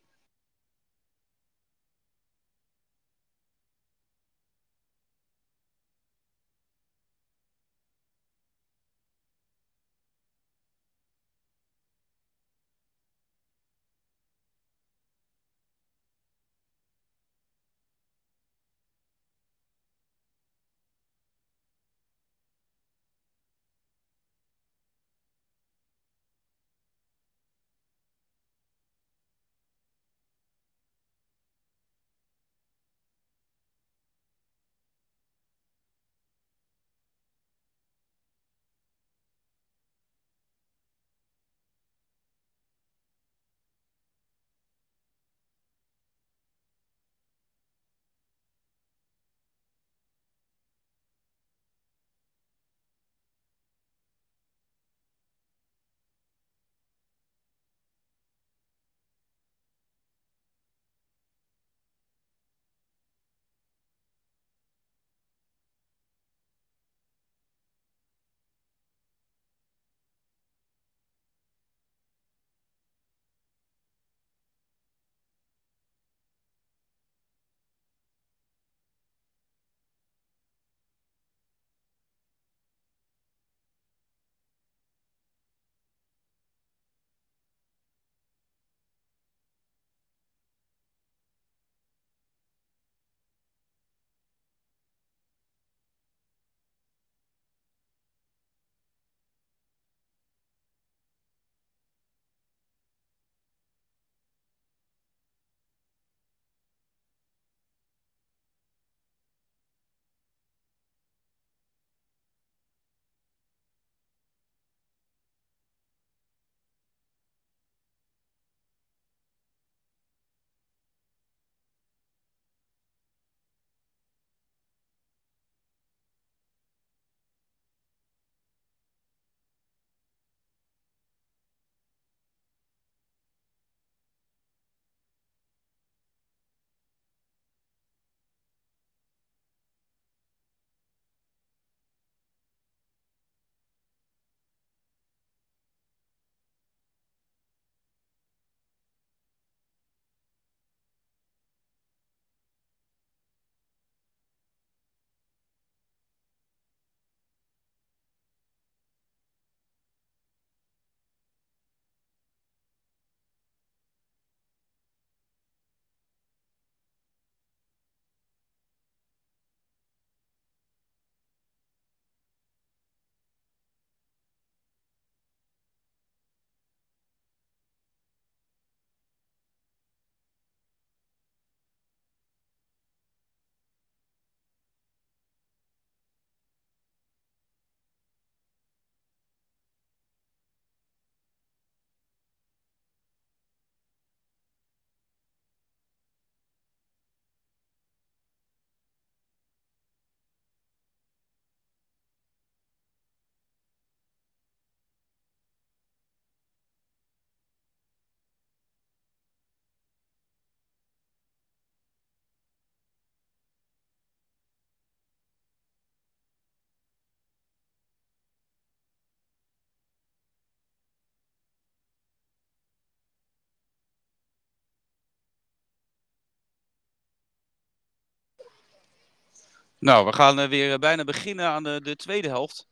A: Nou, we gaan weer bijna beginnen aan de tweede helft.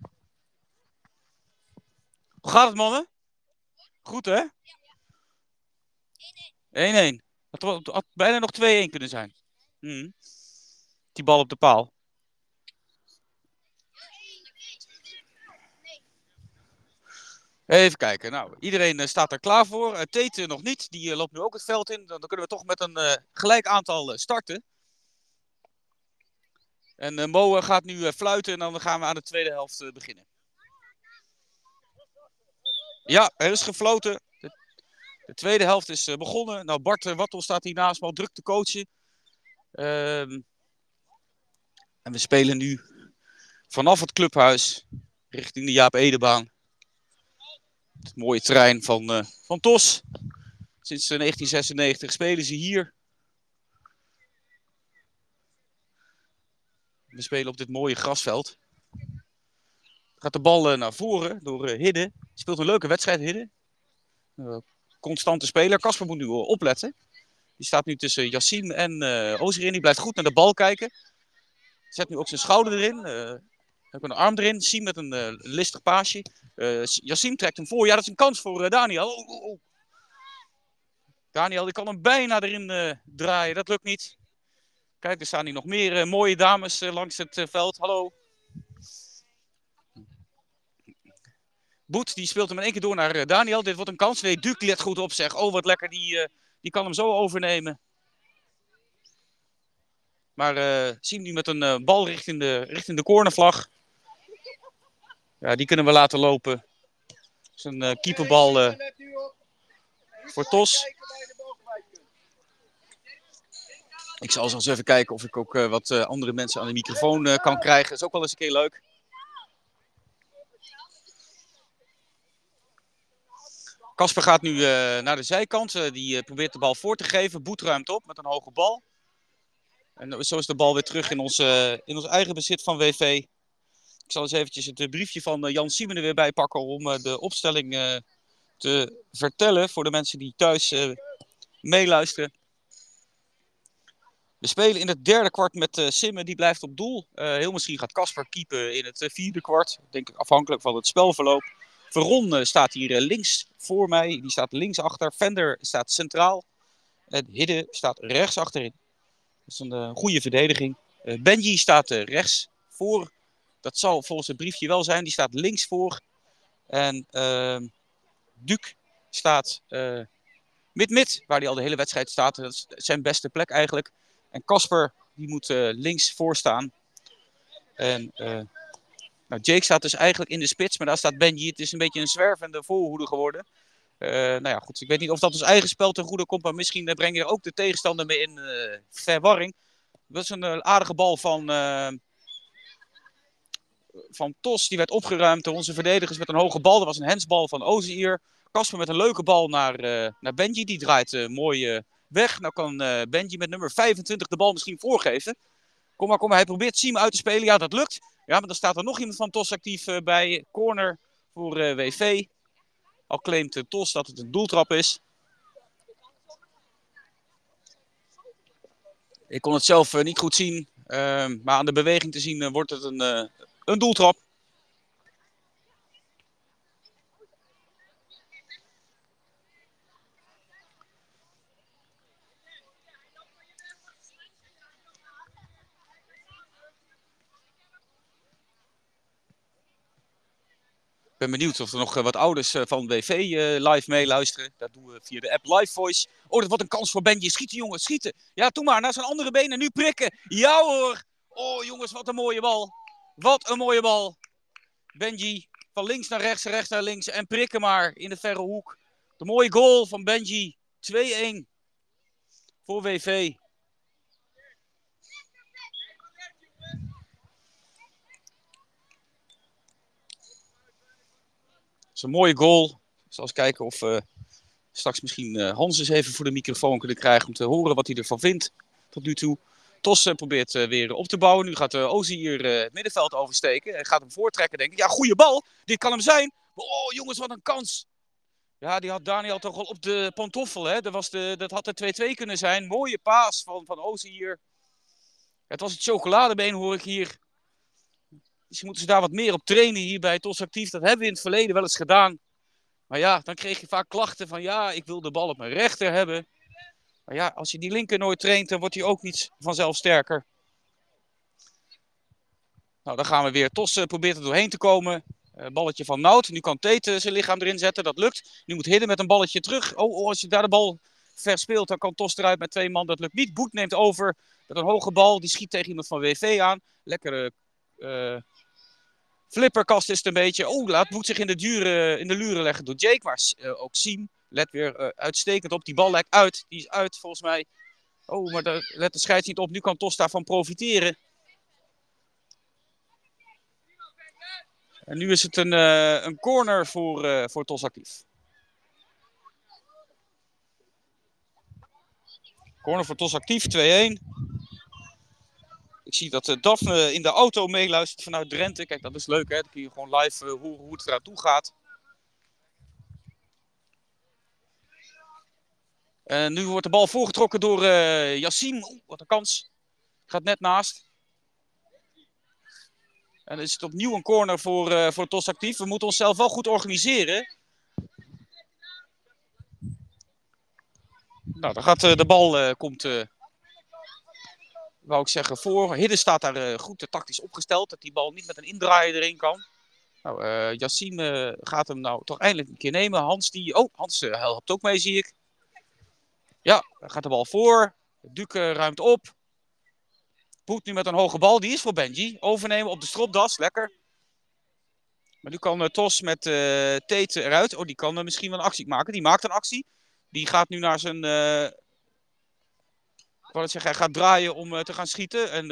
A: Hoe gaat het, mannen? Goed, hè? 1-1. Het had bijna nog 2-1 kunnen zijn. Die bal op de paal. Even kijken. Nou, iedereen staat er klaar voor. Tate nog niet. Die loopt nu ook het veld in. Dan kunnen we toch met een gelijk aantal starten. En Mo gaat nu fluiten en dan gaan we aan de tweede helft beginnen. Ja, er is gefloten. De tweede helft is begonnen. Nou, Bart Wattel staat hier naast me al druk te coachen. En we spelen nu vanaf het clubhuis richting de Jaap Edebaan. Het mooie terrein van TOS. Sinds 1996 spelen ze hier. We spelen op dit mooie grasveld. Gaat de bal naar voren door Hidde. Speelt een leuke wedstrijd, Hidde. Constante speler. Kasper moet nu opletten. Die staat nu tussen Yassim en Ozerin. Die blijft goed naar de bal kijken. Zet nu ook zijn schouder erin. Heb een arm erin. Siem met een listig paasje. Yassim trekt hem voor. Ja, dat is een kans voor Daniel. Oh. Daniel die kan hem bijna erin draaien. Dat lukt niet. Kijk, er staan hier nog meer mooie dames langs het veld. Hallo. Boet die speelt hem in één keer door naar Daniel. Dit wordt een kans. Nee, Duc let goed op, zeg. Oh, wat lekker. Die kan hem zo overnemen. Maar Siem nu met een bal richting de cornervlag. Ja, die kunnen we laten lopen. Dat is een keeperbal voor TOS. Ik zal zo eens even kijken of ik ook wat andere mensen aan de microfoon kan krijgen. Dat is ook wel eens een keer leuk. Kasper gaat nu naar de zijkant. Die probeert de bal voor te geven. Boet ruimt op met een hoge bal. En zo is de bal weer terug in ons eigen bezit van WV. Ik zal eens eventjes het briefje van Jan Siemen er weer bij pakken om de opstelling te vertellen voor de mensen die thuis meeluisteren. We spelen in het derde kwart met Simmen, die blijft op doel. Heel misschien gaat Kasper keepen in het vierde kwart. Denk ik afhankelijk van het spelverloop. Veron staat hier links voor mij. Die staat links achter. Vender staat centraal. En Hidde staat rechts achterin. Dat is een goede verdediging. Benji staat rechts voor. Dat zal volgens het briefje wel zijn. Die staat links voor. En Duc staat mid, waar hij al de hele wedstrijd staat. Dat is zijn beste plek eigenlijk. En Kasper, die moet links voor staan. En nou, Jake staat dus eigenlijk in de spits, maar daar staat Benji. Het is een beetje een zwervende voorhoede geworden. Nou ja, goed. Ik weet niet of dat ons eigen spel ten goede komt, maar misschien breng je er ook de tegenstander mee in verwarring. Dat is een aardige bal van TOS. Die werd opgeruimd door onze verdedigers met een hoge bal. Dat was een handsbal van Ozier. Kasper met een leuke bal naar Benji. Die draait mooi weg. Nou kan Benji met nummer 25 de bal misschien voorgeven. Kom maar. Hij probeert Siem uit te spelen. Ja, dat lukt. Ja, maar dan staat er nog iemand van TOS actief bij. Corner voor WV. Al claimt TOS dat het een doeltrap is. Ik kon het zelf niet goed zien. Maar aan de beweging te zien wordt het een doeltrap. Ik ben benieuwd of er nog wat ouders van WV live meeluisteren. Dat doen we via de app Live Voice. Oh, dat wordt een kans voor Benji. Schieten, jongens, schieten. Ja, doe maar. Naar zijn andere benen. Nu prikken. Ja hoor. Oh, jongens, wat een mooie bal. Wat een mooie bal. Benji van links naar rechts, rechts naar links. En prikken maar in de verre hoek. De mooie goal van Benji. 2-1 voor WV. Dat is een mooie goal. Ik zal eens kijken of we straks misschien Hans eens even voor de microfoon kunnen krijgen om te horen wat hij ervan vindt tot nu toe. TOS probeert weer op te bouwen. Nu gaat Ozi hier het middenveld oversteken. Hij gaat hem voortrekken, denk ik. Ja, goede bal. Dit kan hem zijn. Oh, jongens, wat een kans. Ja, die had Daniel toch wel op de pantoffel. Hè? Dat had de 2-2 kunnen zijn. Mooie paas van Ozi hier. Het was het chocoladebeen, hoor ik hier. Dus moeten ze daar wat meer op trainen hier bij TOS Actief. Dat hebben we in het verleden wel eens gedaan. Maar ja, dan kreeg je vaak klachten van ja, ik wil de bal op mijn rechter hebben. Maar ja, als je die linker nooit traint, dan wordt hij ook niet vanzelf sterker. Nou, dan gaan we weer. TOS probeert er doorheen te komen. Balletje van Nout. Nu kan Tate zijn lichaam erin zetten. Dat lukt. Nu moet Hidden met een balletje terug. Oh, als je daar de bal verspeelt, dan kan TOS eruit met 2 man. Dat lukt niet. Boet neemt over met een hoge bal. Die schiet tegen iemand van WV aan. Lekkere flipperkast is het een beetje. Oh, laat Boet zich in de luren leggen door Jake. Maar ook Siem let weer uitstekend op. Die bal lijkt uit. Die is uit volgens mij. Oh, maar daar let de scheids niet op. Nu kan TOS daarvan profiteren. En nu is het een corner voor TOS Actief. Corner voor TOS Actief, 2-1. Ik zie dat Daphne in de auto meeluistert vanuit Drenthe. Kijk, dat is leuk, hè? Dan kun je gewoon live hoe het eraan toe gaat. En nu wordt de bal voorgetrokken door Yassim. Oeh, wat een kans. Gaat net naast. En dan is het opnieuw een corner voor TOS Actief. We moeten onszelf wel goed organiseren. Nou, dan gaat de bal, wou ik zeggen, voor. Hidden staat daar goed tactisch opgesteld. Dat die bal niet met een indraaier erin kan. Nou, Yassim gaat hem nou toch eindelijk een keer nemen. Hans helpt ook mee, zie ik. Ja, dan gaat de bal voor. Duke ruimt op. Boet nu met een hoge bal. Die is voor Benji. Overnemen op de stropdas. Lekker. Maar nu kan TOS met Tate eruit. Oh, die kan misschien wel een actie maken. Die maakt een actie. Die gaat nu naar zijn... ik wou het zeggen, hij gaat draaien om te gaan schieten. En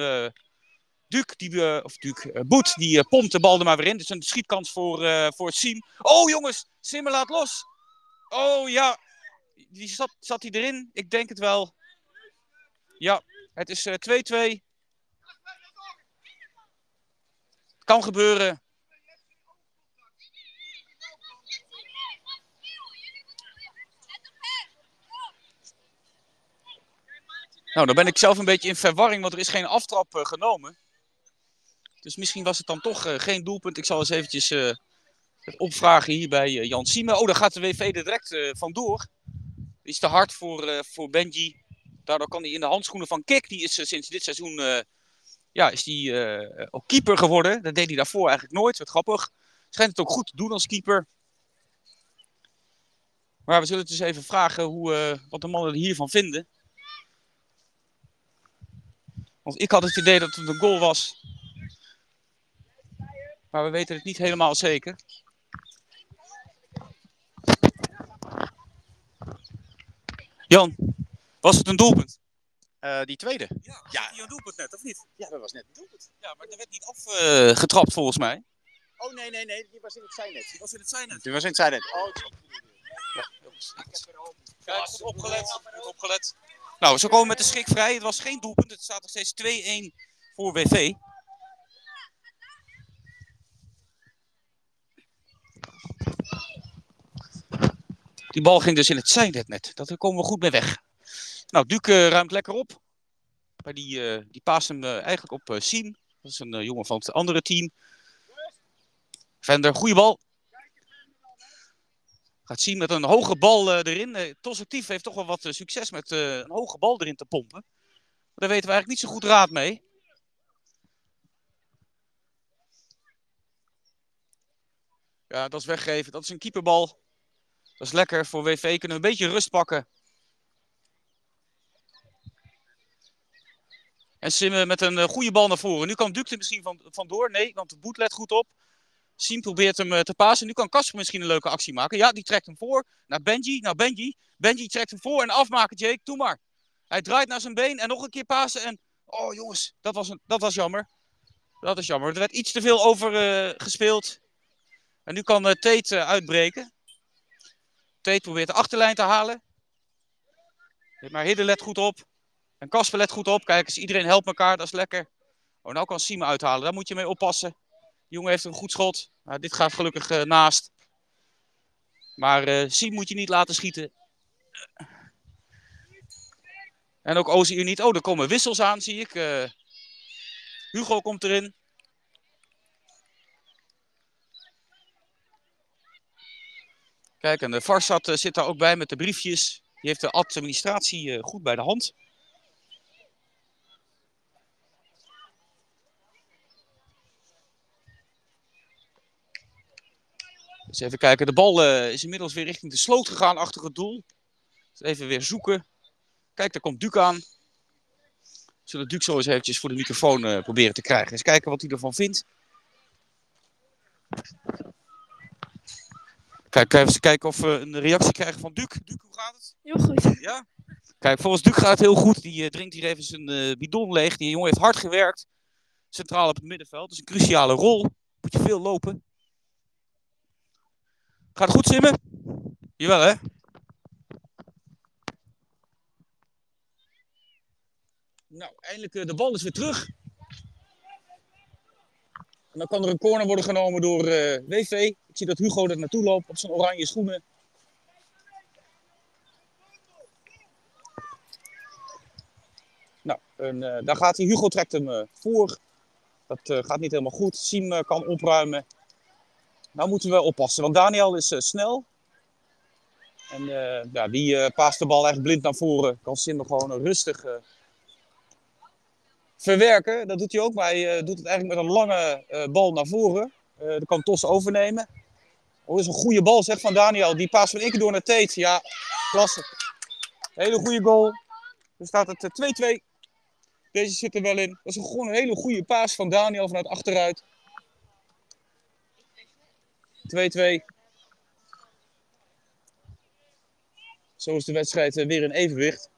A: Boet, die pompt de bal er maar weer in. Dit is een schietkans voor Siem. Oh jongens, Simmer laat los. Oh ja, die zat hij erin? Ik denk het wel. Ja, het is 2-2. Kan gebeuren. Nou, dan ben ik zelf een beetje in verwarring, want er is geen aftrap genomen. Dus misschien was het dan toch geen doelpunt. Ik zal eens eventjes het opvragen hier bij Jan Siemen. Oh, daar gaat de WV er direct vandoor. Die is te hard voor Benji. Daardoor kan hij in de handschoenen van Kik. Die is sinds dit seizoen is die, ook keeper geworden. Dat deed hij daarvoor eigenlijk nooit. Wat grappig. Schijnt het ook goed te doen als keeper. Maar we zullen het dus even vragen wat de mannen hiervan vinden. Want ik had het idee dat het een goal was. Maar we weten het niet helemaal zeker. Jan, was het een doelpunt?
B: Die tweede?
A: Ja, jouw doelpunt net, of niet?
B: Ja, dat was net een doelpunt.
A: Ja, maar er werd niet afgetrapt volgens mij.
B: Oh nee, die was in het zijnet.
A: Die was in het zijnet.
B: Die was in het zijnet. Oh,
A: Kijk, goed opgelet. Nou, ze komen met de schrik vrij. Het was geen doelpunt. Het staat nog steeds 2-1 voor WV. Die bal ging dus in het zijnet net. Daar komen we goed mee weg. Nou, Duke ruimt lekker op. Maar die paast hem eigenlijk op Siem. Dat is een jongen van het andere team. Vender, goede bal. Gaat Siem met een hoge bal erin. TOS Actief heeft toch wel wat succes met een hoge bal erin te pompen. Maar daar weten we eigenlijk niet zo goed raad mee. Ja, dat is weggeven. Dat is een keeperbal. Dat is lekker. Voor WV kunnen we een beetje rust pakken. En Sim met een goede bal naar voren. Nu kan Duke er misschien vandoor. Nee, want de Boet let goed op. Siem probeert hem te pasen. Nu kan Kasper misschien een leuke actie maken. Ja, die trekt hem voor naar Benji. Nou, Benji trekt hem voor en afmaken, Jake. Doe maar. Hij draait naar zijn been en nog een keer pasen. En oh jongens, dat was jammer. Dat is jammer. Er werd iets te veel over gespeeld. En nu kan Tate uitbreken. Tate probeert de achterlijn te halen. Maar Hidden let goed op. En Kasper let goed op. Kijk eens, iedereen helpt elkaar. Dat is lekker. Oh, nou kan Siem uithalen. Daar moet je mee oppassen. De jongen heeft een goed schot. Nou, dit gaat gelukkig naast. Maar Siem moet je niet laten schieten. En ook Ozzy niet. Oh, er komen wissels aan, zie ik. Hugo komt erin. Kijk, en de Varsat zit daar ook bij met de briefjes. Die heeft de administratie goed bij de hand. Dus even kijken, de bal is inmiddels weer richting de sloot gegaan achter het doel. Dus even weer zoeken. Kijk, daar komt Duc aan. Zullen Duc zo eens eventjes voor de microfoon proberen te krijgen. Eens kijken wat hij ervan vindt. Kijk, even kijken of we een reactie krijgen van Duc. Duc, hoe gaat het?
C: Heel goed.
A: Ja? Kijk, volgens Duc gaat het heel goed. Die drinkt hier even zijn bidon leeg. Die jongen heeft hard gewerkt. Centraal op het middenveld. Dat is een cruciale rol. Moet je veel lopen. Gaat het goed, Simmen? Jawel, hè? Nou, eindelijk de bal is weer terug. En dan kan er een corner worden genomen door WV. Ik zie dat Hugo er naartoe loopt op zijn oranje schoenen. Nou, daar gaat hij. Hugo trekt hem voor. Dat gaat niet helemaal goed. Siem kan opruimen. Nou moeten we oppassen, want Daniel is snel. En ja, die paast de bal eigenlijk blind naar voren. Kan Sim gewoon rustig verwerken. Dat doet hij ook, maar hij doet het eigenlijk met een lange bal naar voren. Dat kan Tos overnemen. Oh, dat is een goede bal zeg van Daniel. Die paast van één keer door naar Tate. Ja, klasse. Hele goede goal. Er staat het 2-2. Deze zit er wel in. Dat is gewoon een hele goede paas van Daniel vanuit achteruit. 2-2. Zo is de wedstrijd weer in evenwicht.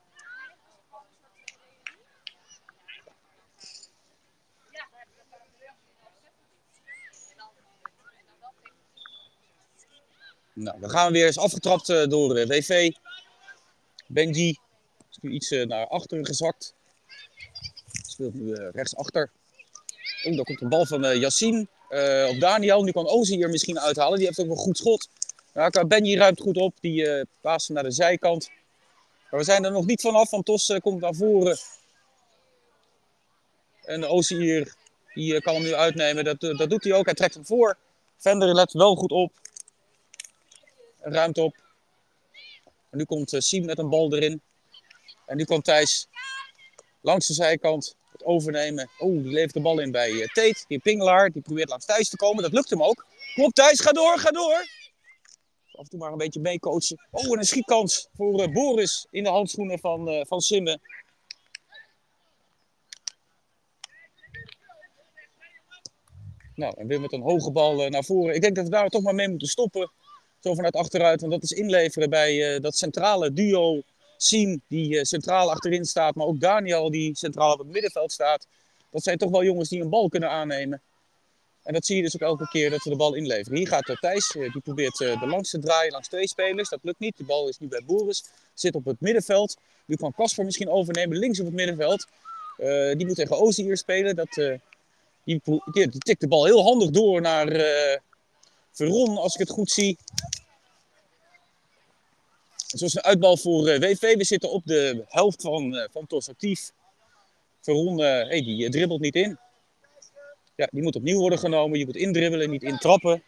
A: Nou, dan gaan we weer eens afgetrapt door WV. Benji is nu iets naar achteren gezakt. Speelt nu rechtsachter. Oh, daar komt een bal van Yassine op Daniel. Nu kan Ozi hier misschien uithalen. Die heeft ook een goed schot. Nou, Benji ruimt goed op. Die paast hem naar de zijkant. Maar we zijn er nog niet vanaf. Van Tos komt naar voren. En Ozi hier, die kan hem nu uitnemen. Dat doet hij ook. Hij trekt hem voor. Vender let wel goed op. Ruimt op. En nu komt Siem met een bal erin. En nu kan Thijs langs de zijkant het overnemen. Oh, die levert de bal in bij Tate. Die pingelaar, die probeert langs Thijs te komen. Dat lukt hem ook. Kom op Thijs, ga door, ga door. Af en toe maar een beetje meecoachen. Oh, en een schietkans voor Boris in de handschoenen van Simme. Nou, en weer met een hoge bal naar voren. Ik denk dat we daar toch maar mee moeten stoppen. Zo vanuit achteruit, want dat is inleveren bij dat centrale duo. Siem, die centraal achterin staat, maar ook Daniel, die centraal op het middenveld staat. Dat zijn toch wel jongens die een bal kunnen aannemen. En dat zie je dus ook elke keer dat we de bal inleveren. Hier gaat Thijs, die probeert er langs te draaien, langs twee spelers. Dat lukt niet, de bal is nu bij Boris. Zit op het middenveld. Nu kan Casper misschien overnemen, links op het middenveld. Die moet tegen Ozi hier spelen. Die tikt de bal heel handig door naar Veron, als ik het goed zie. Zoals een uitbal voor WV. We zitten op de helft van Tos actief. Veron, die dribbelt niet in. Ja, die moet opnieuw worden genomen. Je moet indribbelen, niet intrappen.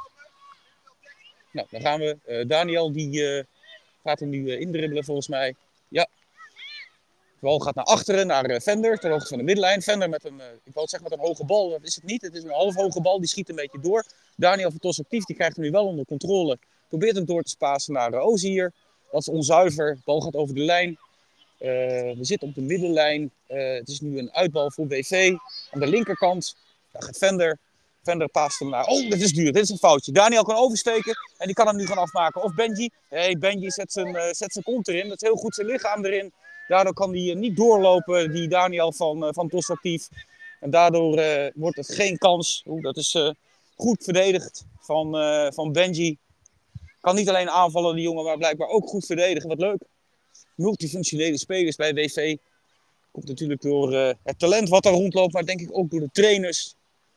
A: Nou, dan gaan we. Daniel, die gaat hem nu indribbelen volgens mij. Ja. De bal gaat naar achteren, naar Vender, ter hoogte van de middenlijn. Vender met een, ik wou zeggen met een hoge bal. Dat is het niet. Het is een half hoge bal. Die schiet een beetje door. Daniel van Tos actief, die krijgt hem nu wel onder controle. Probeert hem door te spasen naar Ozier. Dat is onzuiver. De bal gaat over de lijn. We zitten op de middenlijn. Het is nu een uitbal voor BV. Aan de linkerkant. Daar gaat Vender. Vender paast hem naar... Oh, dit is duur. Dit is een foutje. Daniel kan oversteken. En die kan hem nu gaan afmaken. Of Benji. Nee, Benji zet zijn kont erin. Dat is heel goed zijn lichaam erin. Daardoor kan hij niet doorlopen. Die Daniel van Tos actief. En daardoor wordt het geen kans. Dat is goed verdedigd van Benji. Kan niet alleen aanvallen, die jongen, maar blijkbaar ook goed verdedigen. Wat leuk. Multifunctionele spelers bij WV. Komt natuurlijk door het talent wat daar rondloopt, maar denk ik ook door de trainers.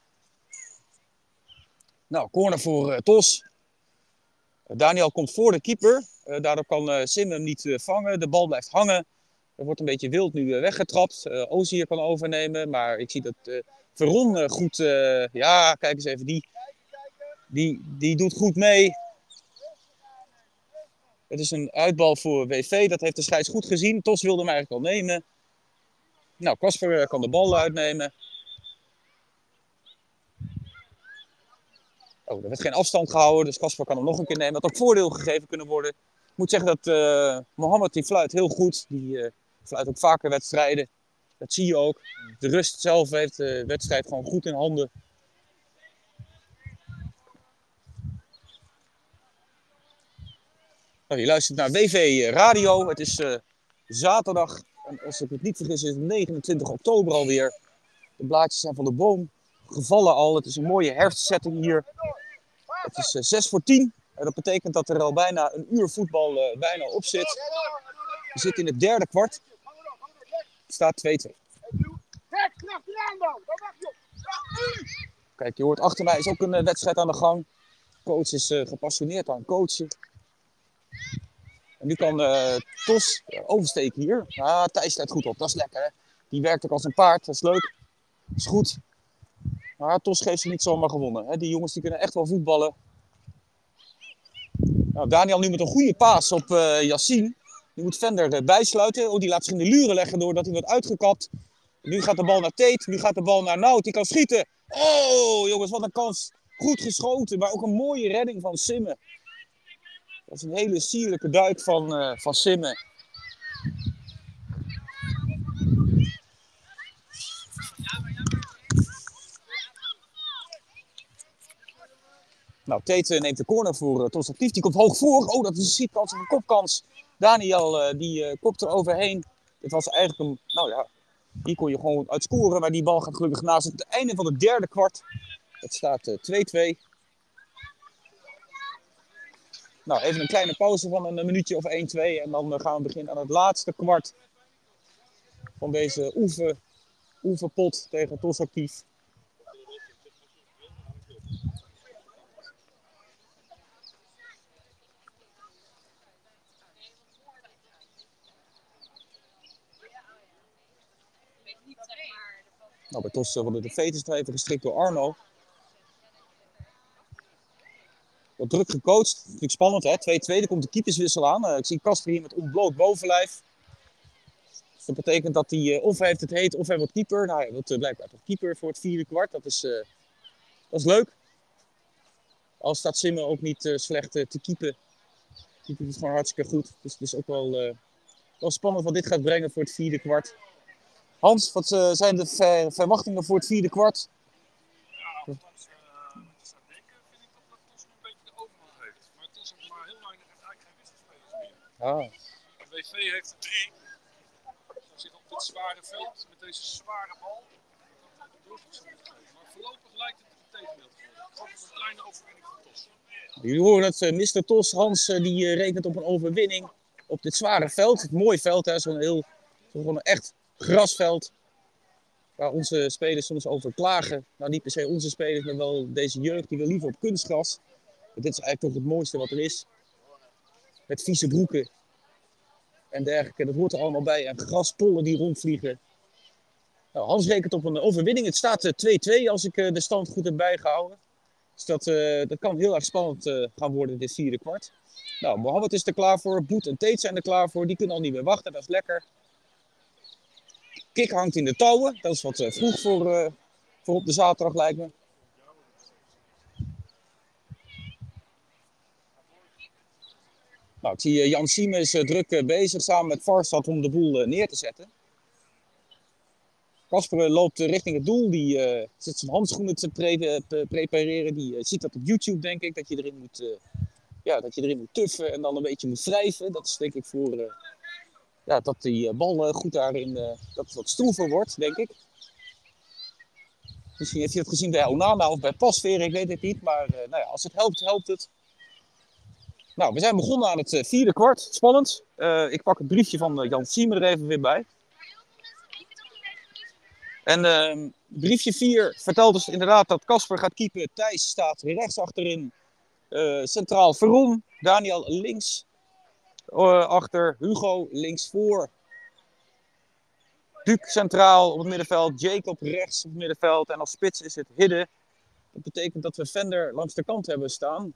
A: Nou, corner voor Tos. Daniel komt voor de keeper. Daardoor kan Sim hem niet vangen. De bal blijft hangen. Er wordt een beetje wild nu weggetrapt. Ozier kan overnemen, maar ik zie dat Veron goed... ja, kijk eens even, die doet goed mee. Het is een uitbal voor WV, dat heeft de scheids goed gezien. Tos wilde hem eigenlijk al nemen. Nou, Casper kan de bal uitnemen. Oh, er werd geen afstand gehouden, dus Casper kan hem nog een keer nemen. Had ook voordeel gegeven kunnen worden. Ik moet zeggen dat Mohammed die fluit heel goed. Die fluit ook vaker wedstrijden. Dat zie je ook. De rust zelf heeft de wedstrijd gewoon goed in handen. Nou, je luistert naar WV Radio. Het is zaterdag. En als ik het niet vergis is het 29 oktober alweer. De blaadjes zijn van de boom gevallen al. Het is een mooie herfstsetting hier. Het is 6 voor 10. En dat betekent dat er al bijna een uur voetbal bijna op zit. We zitten in het derde kwart. Het staat 2-2. Kijk, je hoort achter mij is ook een wedstrijd aan de gang. De coach is gepassioneerd aan coachen. En nu kan Tos oversteken hier. Ah, Thijs staat goed op, dat is lekker hè. Die werkt ook als een paard, dat is leuk. Dat is goed. Maar Tos heeft ze niet zomaar gewonnen. Hè. Die jongens die kunnen echt wel voetballen. Nou, Daniel nu met een goede paas op Yassine. Die moet Vender bijsluiten. Oh, die laat zich in de luren leggen doordat hij wordt uitgekapt. Nu gaat de bal naar Tate. Nu gaat de bal naar Nout. Die kan schieten. Oh, jongens, wat een kans. Goed geschoten, maar ook een mooie redding van Simme. Dat is een hele sierlijke duik van Simme. Nou, Tate neemt de corner voor Tos Actief. Die komt hoog voor. Oh, dat is een schietkans of een kopkans. Daniel die kopt er overheen. Dit was eigenlijk een... Nou ja, hier kon je gewoon uit scoren. Maar die bal gaat gelukkig naast het einde van het derde kwart. Het staat 2-2. Nou, even een kleine pauze van een minuutje of 1-2. En dan gaan we beginnen aan het laatste kwart van deze oefenpot tegen Tos Actief. Nou, bij Tos worden de veters nog even gestrikt door Arno. Wat druk gecoacht. Natuurlijk spannend, hè? 2-2. Er komt de keeperswissel aan. Ik zie Casper hier met ontbloot bovenlijf. Dus dat betekent dat hij of hij heeft het heet of hij wordt keeper. Nou, hij wordt blijkbaar toch keeper voor het vierde kwart. Dat is leuk. Al staat Simme ook niet slecht te keepen. Die doet het gewoon hartstikke goed. Dus het is ook wel spannend wat dit gaat brengen voor het vierde kwart. Hans, wat zijn de verwachtingen voor het vierde kwart?
C: Ja, althans, als ik denken, vind ik dat Tos nog een beetje de overmacht heeft. Maar Tos heeft maar heel weinig en eigenlijk geen wisselspelers meer.
A: Ah.
C: En WV heeft er 3. Ze zitten op dit zware veld met deze zware bal. Dat de doelpunt zou moeten geven. Maar voorlopig lijkt het een tegendeel te worden. Ik hoop op een kleine overwinning van Tos.
A: Jullie horen dat Mr. Tos, Hans, die rekent op een overwinning op dit zware veld. Het mooie veld, hè, zo'n echt grasveld. Waar onze spelers soms over klagen. Nou, niet per se onze spelers, maar wel deze jeugd. Die wil liever op kunstgras. Maar dit is eigenlijk toch het mooiste wat er is. Met vieze broeken en dergelijke. Dat hoort er allemaal bij. En graspollen die rondvliegen. Nou, Hans rekent op een overwinning. Het staat 2-2 als ik de stand goed heb bijgehouden. Dus dat kan heel erg spannend gaan worden dit vierde kwart. Nou, Mohammed is er klaar voor. Boet en Tate zijn er klaar voor. Die kunnen al niet meer wachten. Dat is lekker. Kik hangt in de touwen. Dat is wat vroeg voor op de zaterdag lijkt me. Nou, ik zie Jan Siemens druk bezig samen met Varsat om de boel neer te zetten. Casper loopt richting het doel. Die zit zijn handschoenen te prepareren. Die ziet dat op YouTube, denk ik. Dat je erin moet tuffen en dan een beetje moet wrijven. Dat is denk ik voor dat die bal goed daarin dat het wat stroever wordt, denk ik. Misschien heeft hij dat gezien bij Onana of bij Pasveer, ik weet het niet. Maar nou ja, als het helpt, helpt het. Nou, we zijn begonnen aan het vierde kwart. Spannend. Ik pak het briefje van Jan Siemer er even weer bij. En briefje 4 vertelt dus inderdaad dat Casper gaat keepen. Thijs staat rechts achterin. Centraal Veron. Daniel links achter. Hugo links voor. Duke centraal op het middenveld. Jake op rechts op het middenveld. En als spits is het Hidde. Dat betekent dat we Vender langs de kant hebben staan.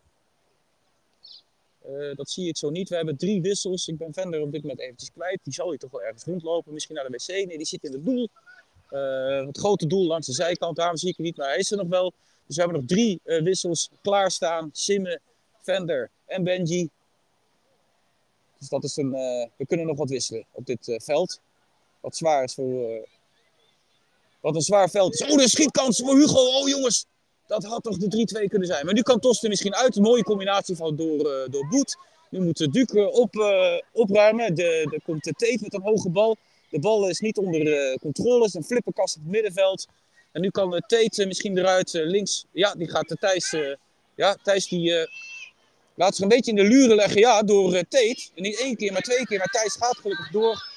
A: Dat zie ik zo niet. We hebben 3 wissels. Ik ben Vender op dit moment eventjes kwijt. Die zal hier toch wel ergens rondlopen. Misschien naar de wc. Nee, die zit in het doel. Het grote doel langs de zijkant. Daarom zie ik hem niet. Maar hij is er nog wel. Dus we hebben nog 3 wissels klaarstaan. Simme, Vender en Benji. Dus dat is we kunnen nog wat wisselen op dit veld. Wat zwaar is voor... Wat een zwaar veld is. Oh, de schietkans voor Hugo. Oh, jongens. Dat had toch de 3-2 kunnen zijn. Maar nu kan Tos er misschien uit. Een mooie combinatie van door Boet. Nu moet Duke opruimen. Er komt Tate met een hoge bal. De bal is niet onder controle. Het is een flipperkast op het middenveld. En nu kan Tate misschien eruit. Links. Ja, die gaat Thijs. Thijs die laat zich een beetje in de luren leggen. Ja, door Tate. En niet 1 keer, maar 2 keer. Maar Thijs gaat gelukkig door.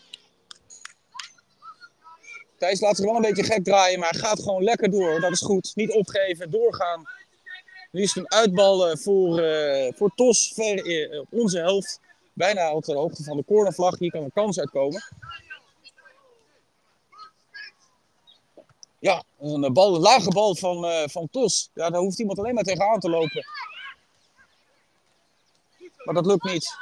A: Thijs laat zich wel een beetje gek draaien, maar gaat gewoon lekker door. Dat is goed. Niet opgeven, doorgaan. Nu is het een uitbal voor Tos, ver op onze helft. Bijna op de hoogte van de cornervlag. Hier kan een kans uitkomen. Ja, een lage bal van Tos. Ja, daar hoeft iemand alleen maar tegenaan te lopen. Maar dat lukt niet.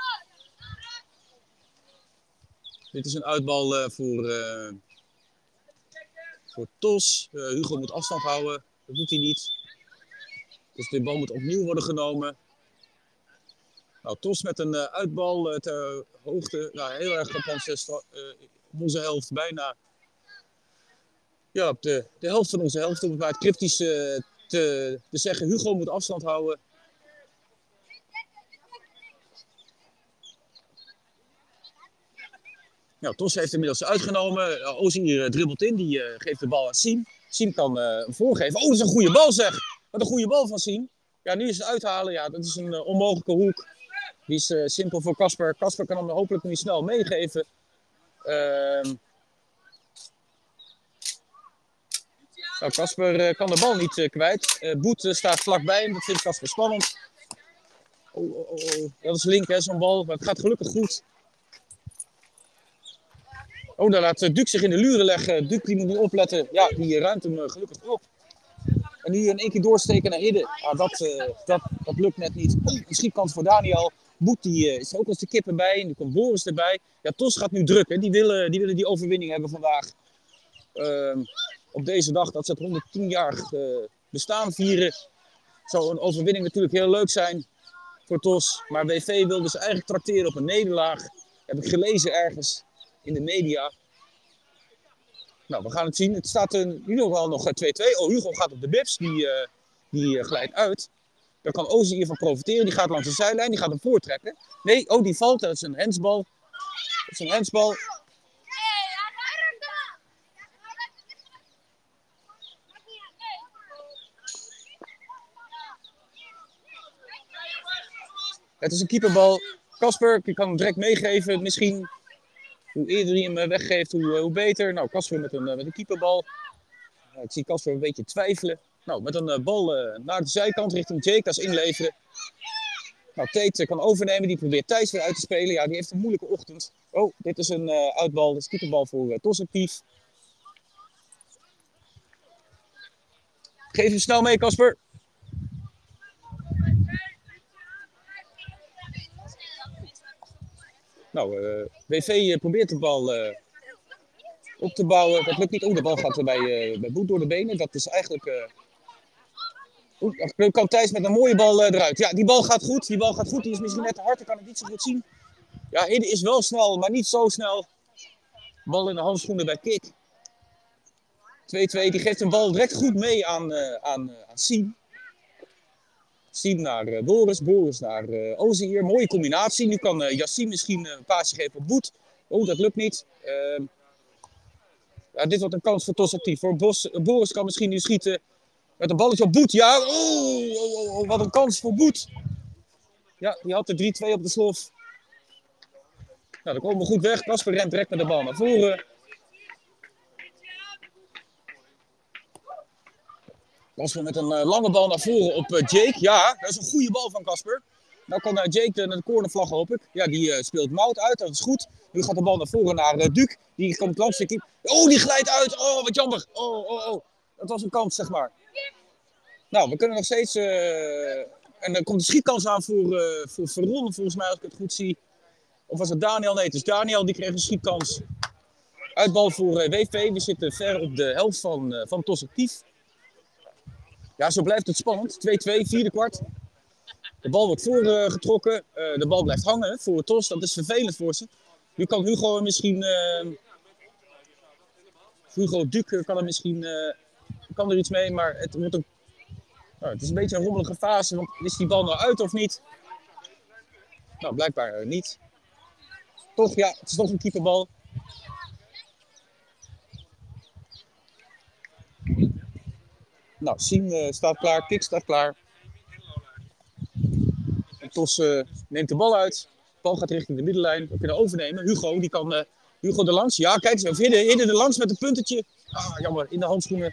A: Dit is een uitbal voor Tos. Hugo moet afstand houden. Dat doet hij niet. Dus de bal moet opnieuw worden genomen. Nou, Tos met een uitbal ter hoogte. Nou, heel erg op onze helft. Bijna. Ja, op de helft van onze helft. Om het maar cryptisch te zeggen. Hugo moet afstand houden. Nou, Tos heeft inmiddels uitgenomen. Ozier dribbelt in. Die geeft de bal aan Siem. Siem kan hem voorgeven. Oh, dat is een goede bal zeg. Wat een goede bal van Siem. Ja, nu is het uithalen. Ja, dat is een onmogelijke hoek. Die is simpel voor Casper. Casper kan hem hopelijk niet snel meegeven. Nou, Casper kan de bal niet kwijt. Boet staat vlakbij hem. Dat vindt Casper spannend. Oh. Dat is link, hè, zo'n bal. Maar het gaat gelukkig goed. Oh, daar laat Duke zich in de luren leggen. Duke die moet nu opletten. Ja, die ruimt hem gelukkig op. En nu in 1 keer doorsteken naar Hidde. Ah, dat lukt net niet. Oh, misschien kans voor Daniel. Boet die is ook als de kippen bij. En nu komt Boris erbij. Ja, Tos gaat nu drukken. Die willen die overwinning hebben vandaag. Op deze dag dat ze het 110-jarig bestaan vieren. Zou een overwinning natuurlijk heel leuk zijn voor Tos. Maar WV wil dus eigenlijk trakteren op een nederlaag. Heb ik gelezen ergens in de media. Nou, we gaan het zien. Het staat nu nog wel nog 2-2. Oh, Hugo gaat op de bips. Die glijdt uit. Daar kan Ozi hiervan profiteren. Die gaat langs de zijlijn. Die gaat hem voortrekken. Nee, oh, die valt. Dat is een handsbal. Dat is een handsbal. Het is een keeperbal. Casper, ik kan hem direct meegeven. Misschien, hoe eerder hij hem weggeeft, hoe beter. Nou, Casper met een keeperbal. Ik zie Casper een beetje twijfelen. Nou, met een bal naar de zijkant richting Jake. Dat is inleveren. Nou, Tate kan overnemen. Die probeert Thijs weer uit te spelen. Ja, die heeft een moeilijke ochtend. Oh, dit is een uitbal. Dit is keeperbal voor Tos actief. Geef hem snel mee, Casper. Nou, WV probeert de bal op te bouwen. Dat lukt niet. Oh, de bal gaat bij Boet door de benen. Dat is eigenlijk... dan kan Thijs met een mooie bal eruit. Ja, die bal gaat goed. Die is misschien net te hard. Ik kan het niet zo goed zien. Ja, Hidde is wel snel, maar niet zo snel. Bal in de handschoenen bij Kik. 2-2. Die geeft een bal direct goed mee aan Siem. Siem naar Boris. Boris naar Ozier. Mooie combinatie. Nu kan Yassim misschien een paasje geven op Boet. Oh, dat lukt niet. Ja, dit wordt een kans voor Tos actief. Boris kan misschien nu schieten met een balletje op Boet. Ja, oh, wat een kans voor Boet. Ja, die had de 3-2 op de slof. Nou, dan komen we goed weg. Casper rent direct met de bal naar voren. Casper met een lange bal naar voren op Jake. Ja, dat is een goede bal van Casper.
D: Nou kan Jake naar de cornervlag, hoop ik. Ja, die speelt Mout uit, dat is goed. Nu gaat de bal naar voren naar Duc. Die komt langs de keeper. Oh, die glijdt uit. Oh, wat jammer. Oh. Dat was een kans, zeg maar. Nou, we kunnen nog steeds... en dan komt de schietkans aan voor Veron, volgens mij, als ik het goed zie. Of was het Daniel? Nee, het is Daniel, die kreeg een schietkans. Uitbal voor WV. We zitten ver op de helft van TOS actief. Ja, zo blijft het spannend. 2-2, vierde kwart. De bal wordt voorgetrokken. De bal blijft hangen voor TOS. Dat is vervelend voor ze. Nu kan Hugo misschien... Hugo Duc kan er misschien... kan er iets mee, maar het wordt een... Nou, het is een beetje een rommelige fase. Want is die bal nou uit of niet? Nou, blijkbaar niet. Toch, ja, het is toch een keeperbal. Nou, Siem staat klaar, Kik staat klaar. TOS neemt de bal uit. De bal gaat richting de middenlijn. We kunnen overnemen. Hugo, die kan Hugo er langs. Ja, kijk eens, Hidden er langs met een puntetje. Ah, jammer, in de handschoenen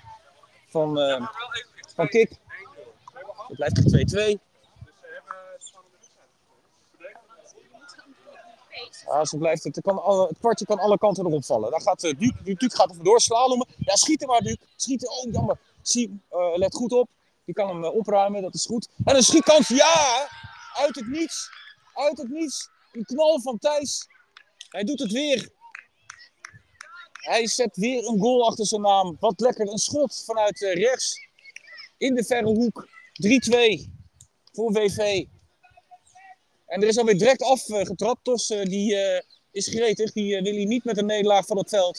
D: van Kik. Het blijft 2-2. Ja, zo blijft het. Het kwartje kan alle kanten erop vallen. Daar gaat Duc. Duc gaat er vandoor slalommen. Ja, schieten maar, Duc. Schieten. Oh, jammer. Siem, let goed op. Die kan hem opruimen, dat is goed. En een schietkans, ja! Uit het niets. Uit het niets. Een knal van Thijs. Hij doet het weer. Hij zet weer een goal achter zijn naam. Wat lekker. Een schot vanuit rechts. In de verre hoek. 3-2 voor WV. En er is alweer direct afgetrapt. TOS die is gretig. Die wil hier niet met een nederlaag van het veld.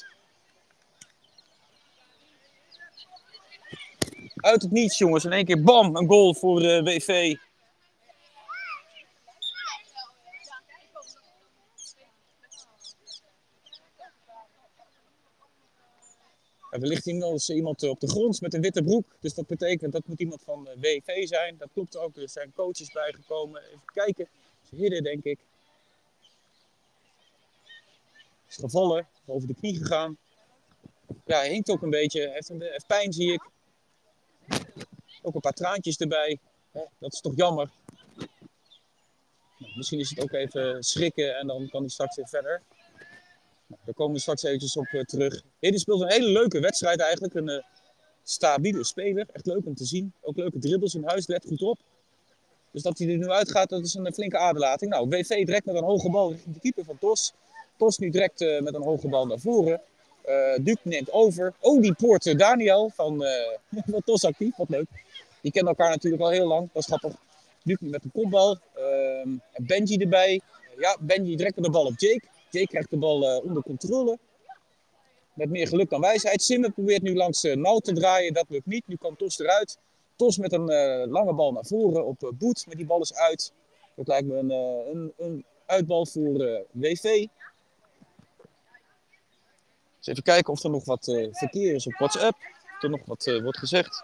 D: Uit het niets, jongens. In één keer bam, een goal voor WV. Er ligt iemand op de grond met een witte broek. Dus dat betekent dat moet iemand van WV zijn. Dat klopt ook. Er zijn coaches bijgekomen. Even kijken. Hidden, denk ik. Is gevallen. Over de knie gegaan. Ja, hij hinkt ook een beetje. Hij heeft pijn, zie ik. Ook een paar traantjes erbij. Dat is toch jammer. Nou, misschien is het ook even schrikken en dan kan hij straks weer verder. Nou, daar komen we straks eventjes op terug. Hidden speelt een hele leuke wedstrijd eigenlijk. Een stabiele speler. Echt leuk om te zien. Ook leuke dribbles in huis. Let goed op. Dus dat hij er nu uitgaat, dat is een flinke aderlating. Nou, WV direct met een hoge bal richting de keeper van TOS. TOS nu direct met een hoge bal naar voren. Duc neemt over. Oh, die poort Daniel van TOS actief. Wat leuk. Die kennen elkaar natuurlijk al heel lang. Dat is grappig. Duc met een kopbal. Benji erbij. Ja, Benji direct met de bal op Jake. Jake krijgt de bal onder controle. Met meer geluk dan wijsheid. Simmer probeert nu langs Nau te draaien. Dat lukt niet. Nu komt TOS eruit. TOS met een lange bal naar voren op Boet. Maar die bal is uit. Dat lijkt me een uitbal voor WV. Dus even kijken of er nog wat verkeer is op WhatsApp. Of er nog wat wordt gezegd.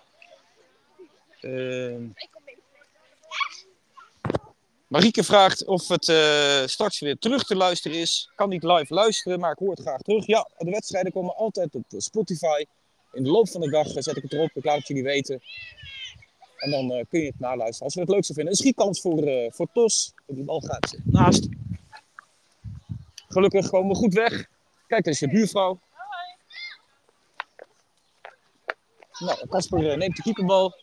D: Marieke vraagt of het straks weer terug te luisteren is. Kan niet live luisteren, maar ik hoor het graag terug. Ja, de wedstrijden komen altijd op Spotify. In de loop van de dag zet ik het erop. Ik laat het jullie weten. En dan kun je het naluisteren als we het leuk zou vinden. Een schietkans voor TOS. Die bal gaat naast. Gelukkig komen we goed weg. Kijk, dat is de buurvrouw. Nou, Casper neemt de keeperbal.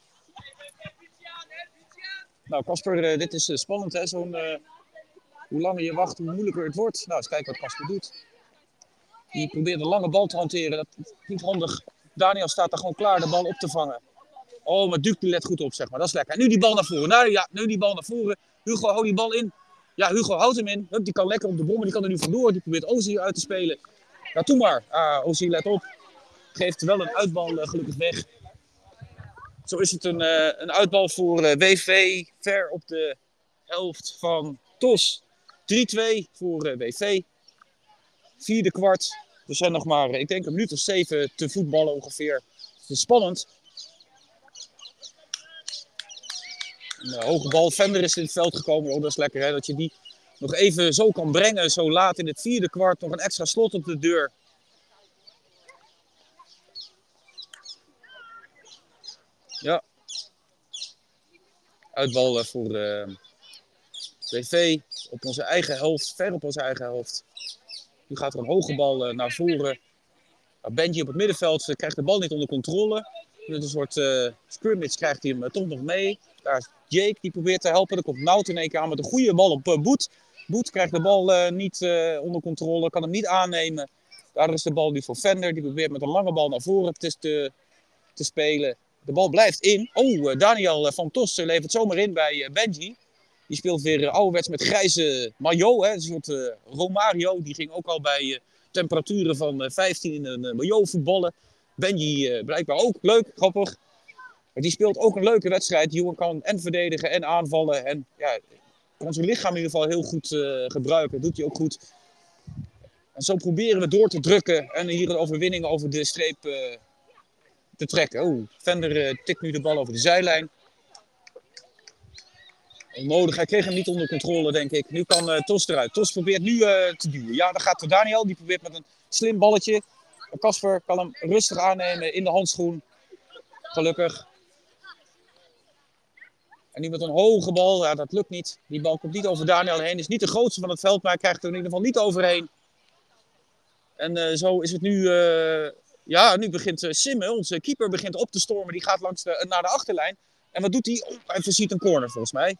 D: Nou, Casper, dit is spannend, hè? Hoe langer je wacht, hoe moeilijker het wordt. Nou, eens kijken wat Casper doet. Die probeert een lange bal te hanteren. Dat is niet handig. Daniel staat daar gewoon klaar de bal op te vangen. Oh, maar Duc let goed op, zeg maar. Dat is lekker. En nu die bal naar voren. Nou ja, nu die bal naar voren. Hugo, hou die bal in. Ja, Hugo houdt hem in. Hup, die kan lekker op de bom. Die kan er nu vandoor. Die probeert Ozzy uit te spelen. Ja, doe maar. Ozzy, let op. Geeft wel een uitbal gelukkig weg. Zo is het een uitbal voor WV. Ver op de helft van TOS. 3-2 voor WV. Vierde kwart. Er zijn nog maar, ik denk, een minuut of 7 te voetballen ongeveer. Het is spannend. Een hoge bal. Vender is in het veld gekomen. Oh, dat is lekker, hè? Dat je die nog even zo kan brengen. Zo laat in het vierde kwart. Nog een extra slot op de deur. Ja. Uitbal voor WV op onze eigen helft, ver op onze eigen helft. Nu gaat er een hoge bal naar voren. Benji op het middenveld krijgt de bal niet onder controle. Met een soort scrimmage krijgt hij hem toch nog mee. Daar is Jake die probeert te helpen. Er komt Nout in één keer aan met een goede bal op Boet. Boet krijgt de bal niet onder controle, kan hem niet aannemen. Daar is de bal nu voor Vender. Die probeert met een lange bal naar voren te spelen. De bal blijft in. Oh, Daniel van Tos levert zomaar in bij Benji. Die speelt weer ouderwets met grijze maillot. Hè? Een soort Romario. Die ging ook al bij temperaturen van 15 in een maillot voetballen. Benji blijkbaar ook. Leuk, grappig. Maar die speelt ook een leuke wedstrijd. Die jongen kan en verdedigen en aanvallen. En ja, kan zijn lichaam in ieder geval heel goed gebruiken. Dat doet hij ook goed. En zo proberen we door te drukken. En hier een overwinning over de streep te trekken. Oh, Vender tikt nu de bal over de zijlijn. Onnodig, hij kreeg hem niet onder controle, denk ik. Nu kan Tos eruit. Tos probeert nu te duwen. Ja, daar gaat Daniel. Die probeert met een slim balletje. Casper kan hem rustig aannemen in de handschoen. Gelukkig. En nu met een hoge bal. Ja, dat lukt niet. Die bal komt niet over Daniel heen. Is niet de grootste van het veld, maar hij krijgt er in ieder geval niet overheen. En zo is het nu... ja, nu begint Simme, onze keeper, begint op te stormen. Die gaat naar de achterlijn. En wat doet hij? Oh, hij voorziet een corner volgens mij.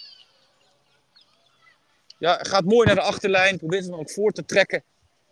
D: Ja, hij gaat mooi naar de achterlijn. Probeert hem ook voor te trekken.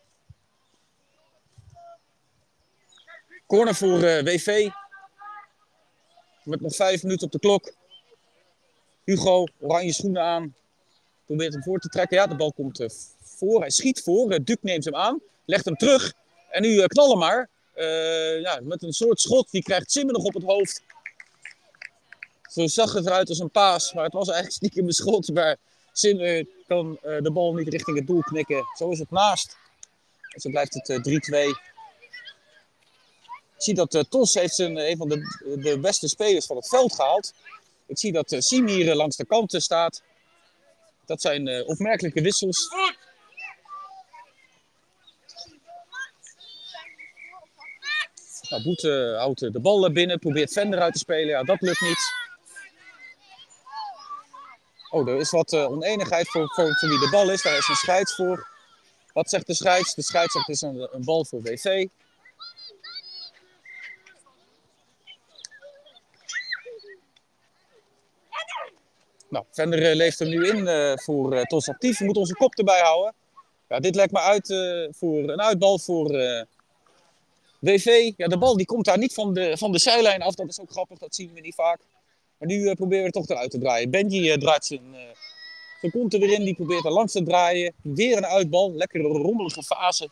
D: Corner voor WV. Met nog 5 minuten op de klok. Hugo, oranje schoenen aan. Probeert hem voor te trekken. Ja, de bal komt voor. Hij schiet voor. Duc neemt hem aan. Legt hem terug. En nu knallen maar. Ja, met een soort schot. Die krijgt Simme nog op het hoofd. Zo zag het eruit als een paas. Maar het was eigenlijk stiekem een schot. Maar Simme kan de bal niet richting het doel knikken. Zo is het naast. En zo blijft het 3-2. Ik zie dat Tos heeft een van de beste spelers van het veld gehaald. Ik zie dat Siem hier langs de kant staat. Dat zijn opmerkelijke wissels. Nou, Boet houdt de bal binnen, probeert Vender uit te spelen. Ja, dat lukt niet. Oh, er is wat oneenigheid voor wie de bal is. Daar is een scheids voor. Wat zegt de scheids? De scheids zegt het is een bal voor WV. Nou, Vender leeft hem nu in voor Tos actief. We moeten onze kop erbij houden. Ja, dit lijkt me uit voor een uitbal voor WV. Ja, de bal die komt daar niet van de zijlijn af. Dat is ook grappig, dat zien we niet vaak. Maar nu proberen we het toch eruit te draaien. Benji draait zijn kont er weer in. Die probeert er langs te draaien. Weer een uitbal. Lekkere rommelige fase.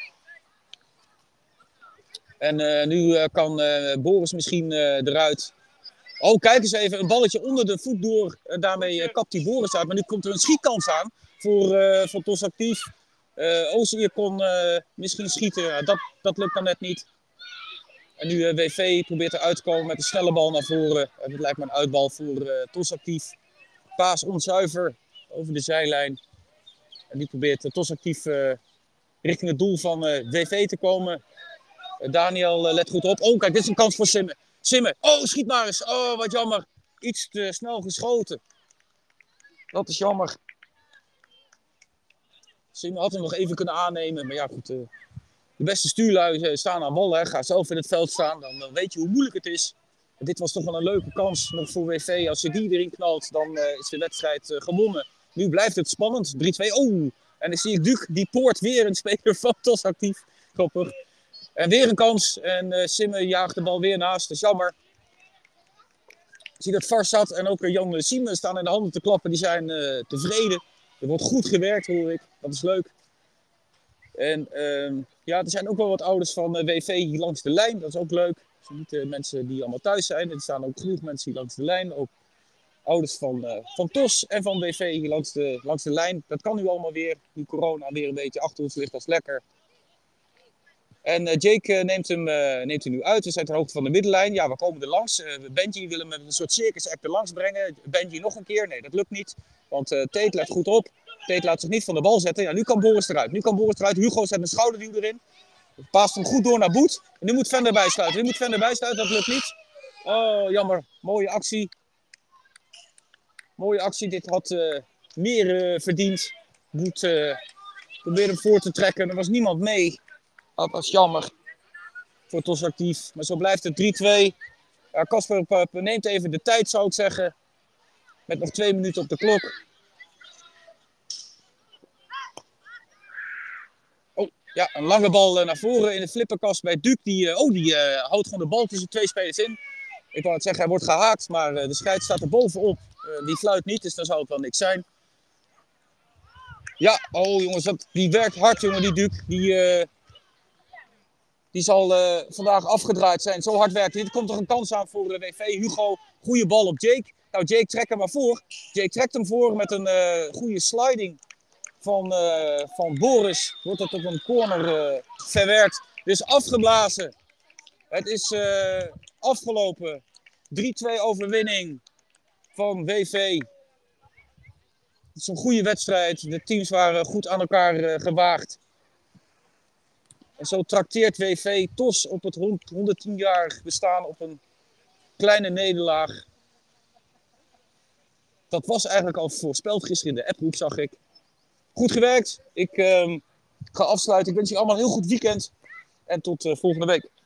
D: En nu kan Boris misschien eruit. Oh, kijk eens even. Een balletje onder de voet door. Daarmee kapt die Boris uit. Maar nu komt er een schietkans aan voor Tos actief. Ozier kon misschien schieten. Ja, dat lukt dan net niet. En nu WV probeert eruit te komen met een snelle bal naar voren. Het lijkt me een uitbal voor Tos actief. Paas onzuiver over de zijlijn. En die probeert Tos actief richting het doel van WV te komen. Daniel let goed op. Oh, kijk, dit is een kans voor Simme. Simme. Oh, schiet maar eens. Oh, wat jammer. Iets te snel geschoten. Dat is jammer. Simme had hem nog even kunnen aannemen. Maar ja, goed. De beste stuurlui staan aan wal. Hè. Ga zelf in het veld staan. Dan weet je hoe moeilijk het is. En dit was toch wel een leuke kans nog voor WV. Als je die erin knalt, dan is de wedstrijd gewonnen. Nu blijft het spannend. 3-2. Oh, en dan zie ik Duc. Die poort weer een speler van Tos actief. Grappig. En weer een kans. En Simme jaagt de bal weer naast. Dat is jammer. Ik zie dat Varsat en ook Jan Sieme staan in de handen te klappen. Die zijn tevreden. Er wordt goed gewerkt, hoor ik. Dat is leuk. En ja, er zijn ook wel wat ouders van WV hier langs de lijn. Dat is ook leuk. Het zijn niet de mensen die allemaal thuis zijn. Er staan ook genoeg mensen hier langs de lijn. Ook ouders van Tos en van WV hier langs de lijn. Dat kan nu allemaal weer. Nu corona weer een beetje achter ons ligt. Dat is lekker. En Jake neemt hem nu uit. We zijn ter hoogte van de middenlijn. Ja, we komen er langs. Benji wil hem met een soort circus act er langs brengen. Benji nog een keer. Nee, dat lukt niet. Want Tate let goed op. Tate laat zich niet van de bal zetten. Ja, nu kan Boris eruit. Hugo zet een schouderduw erin. Paast hem goed door naar Boet. En nu moet Vender bijsluiten. Dat lukt niet. Oh, jammer. Mooie actie. Dit had meer verdient. Moet proberen hem voor te trekken. Er was niemand mee. Dat was jammer voor TOS Actief. Maar zo blijft het 3-2. Casper neemt even de tijd, zou ik zeggen. Met nog 2 minuten op de klok. Oh, ja, een lange bal naar voren in de flipperkast bij Duc. Die houdt gewoon de bal tussen 2 spelers in. Ik wou het zeggen, hij wordt gehaakt, maar de scheids staat er bovenop. Die fluit niet, dus dan zou het wel niks zijn. Ja, oh jongens, die werkt hard, jongen, die Duc. Die zal vandaag afgedraaid zijn. Zo hard werkt hij. Er komt toch een kans aan voor de WV. Hugo, goede bal op Jake. Nou, Jake trekt hem maar voor. Jake trekt hem voor met een goede sliding van Boris. Wordt het op een corner verwerkt. Dus afgeblazen. Het is afgelopen. 3-2 overwinning van WV. Het is een goede wedstrijd. De teams waren goed aan elkaar gewaagd. En zo trakteert WV TOS op het 110-jarig bestaan op een kleine nederlaag. Dat was eigenlijk al voorspeld gisteren in de appgroep, zag ik. Goed gewerkt. Ik ga afsluiten. Ik wens jullie allemaal een heel goed weekend. En tot volgende week.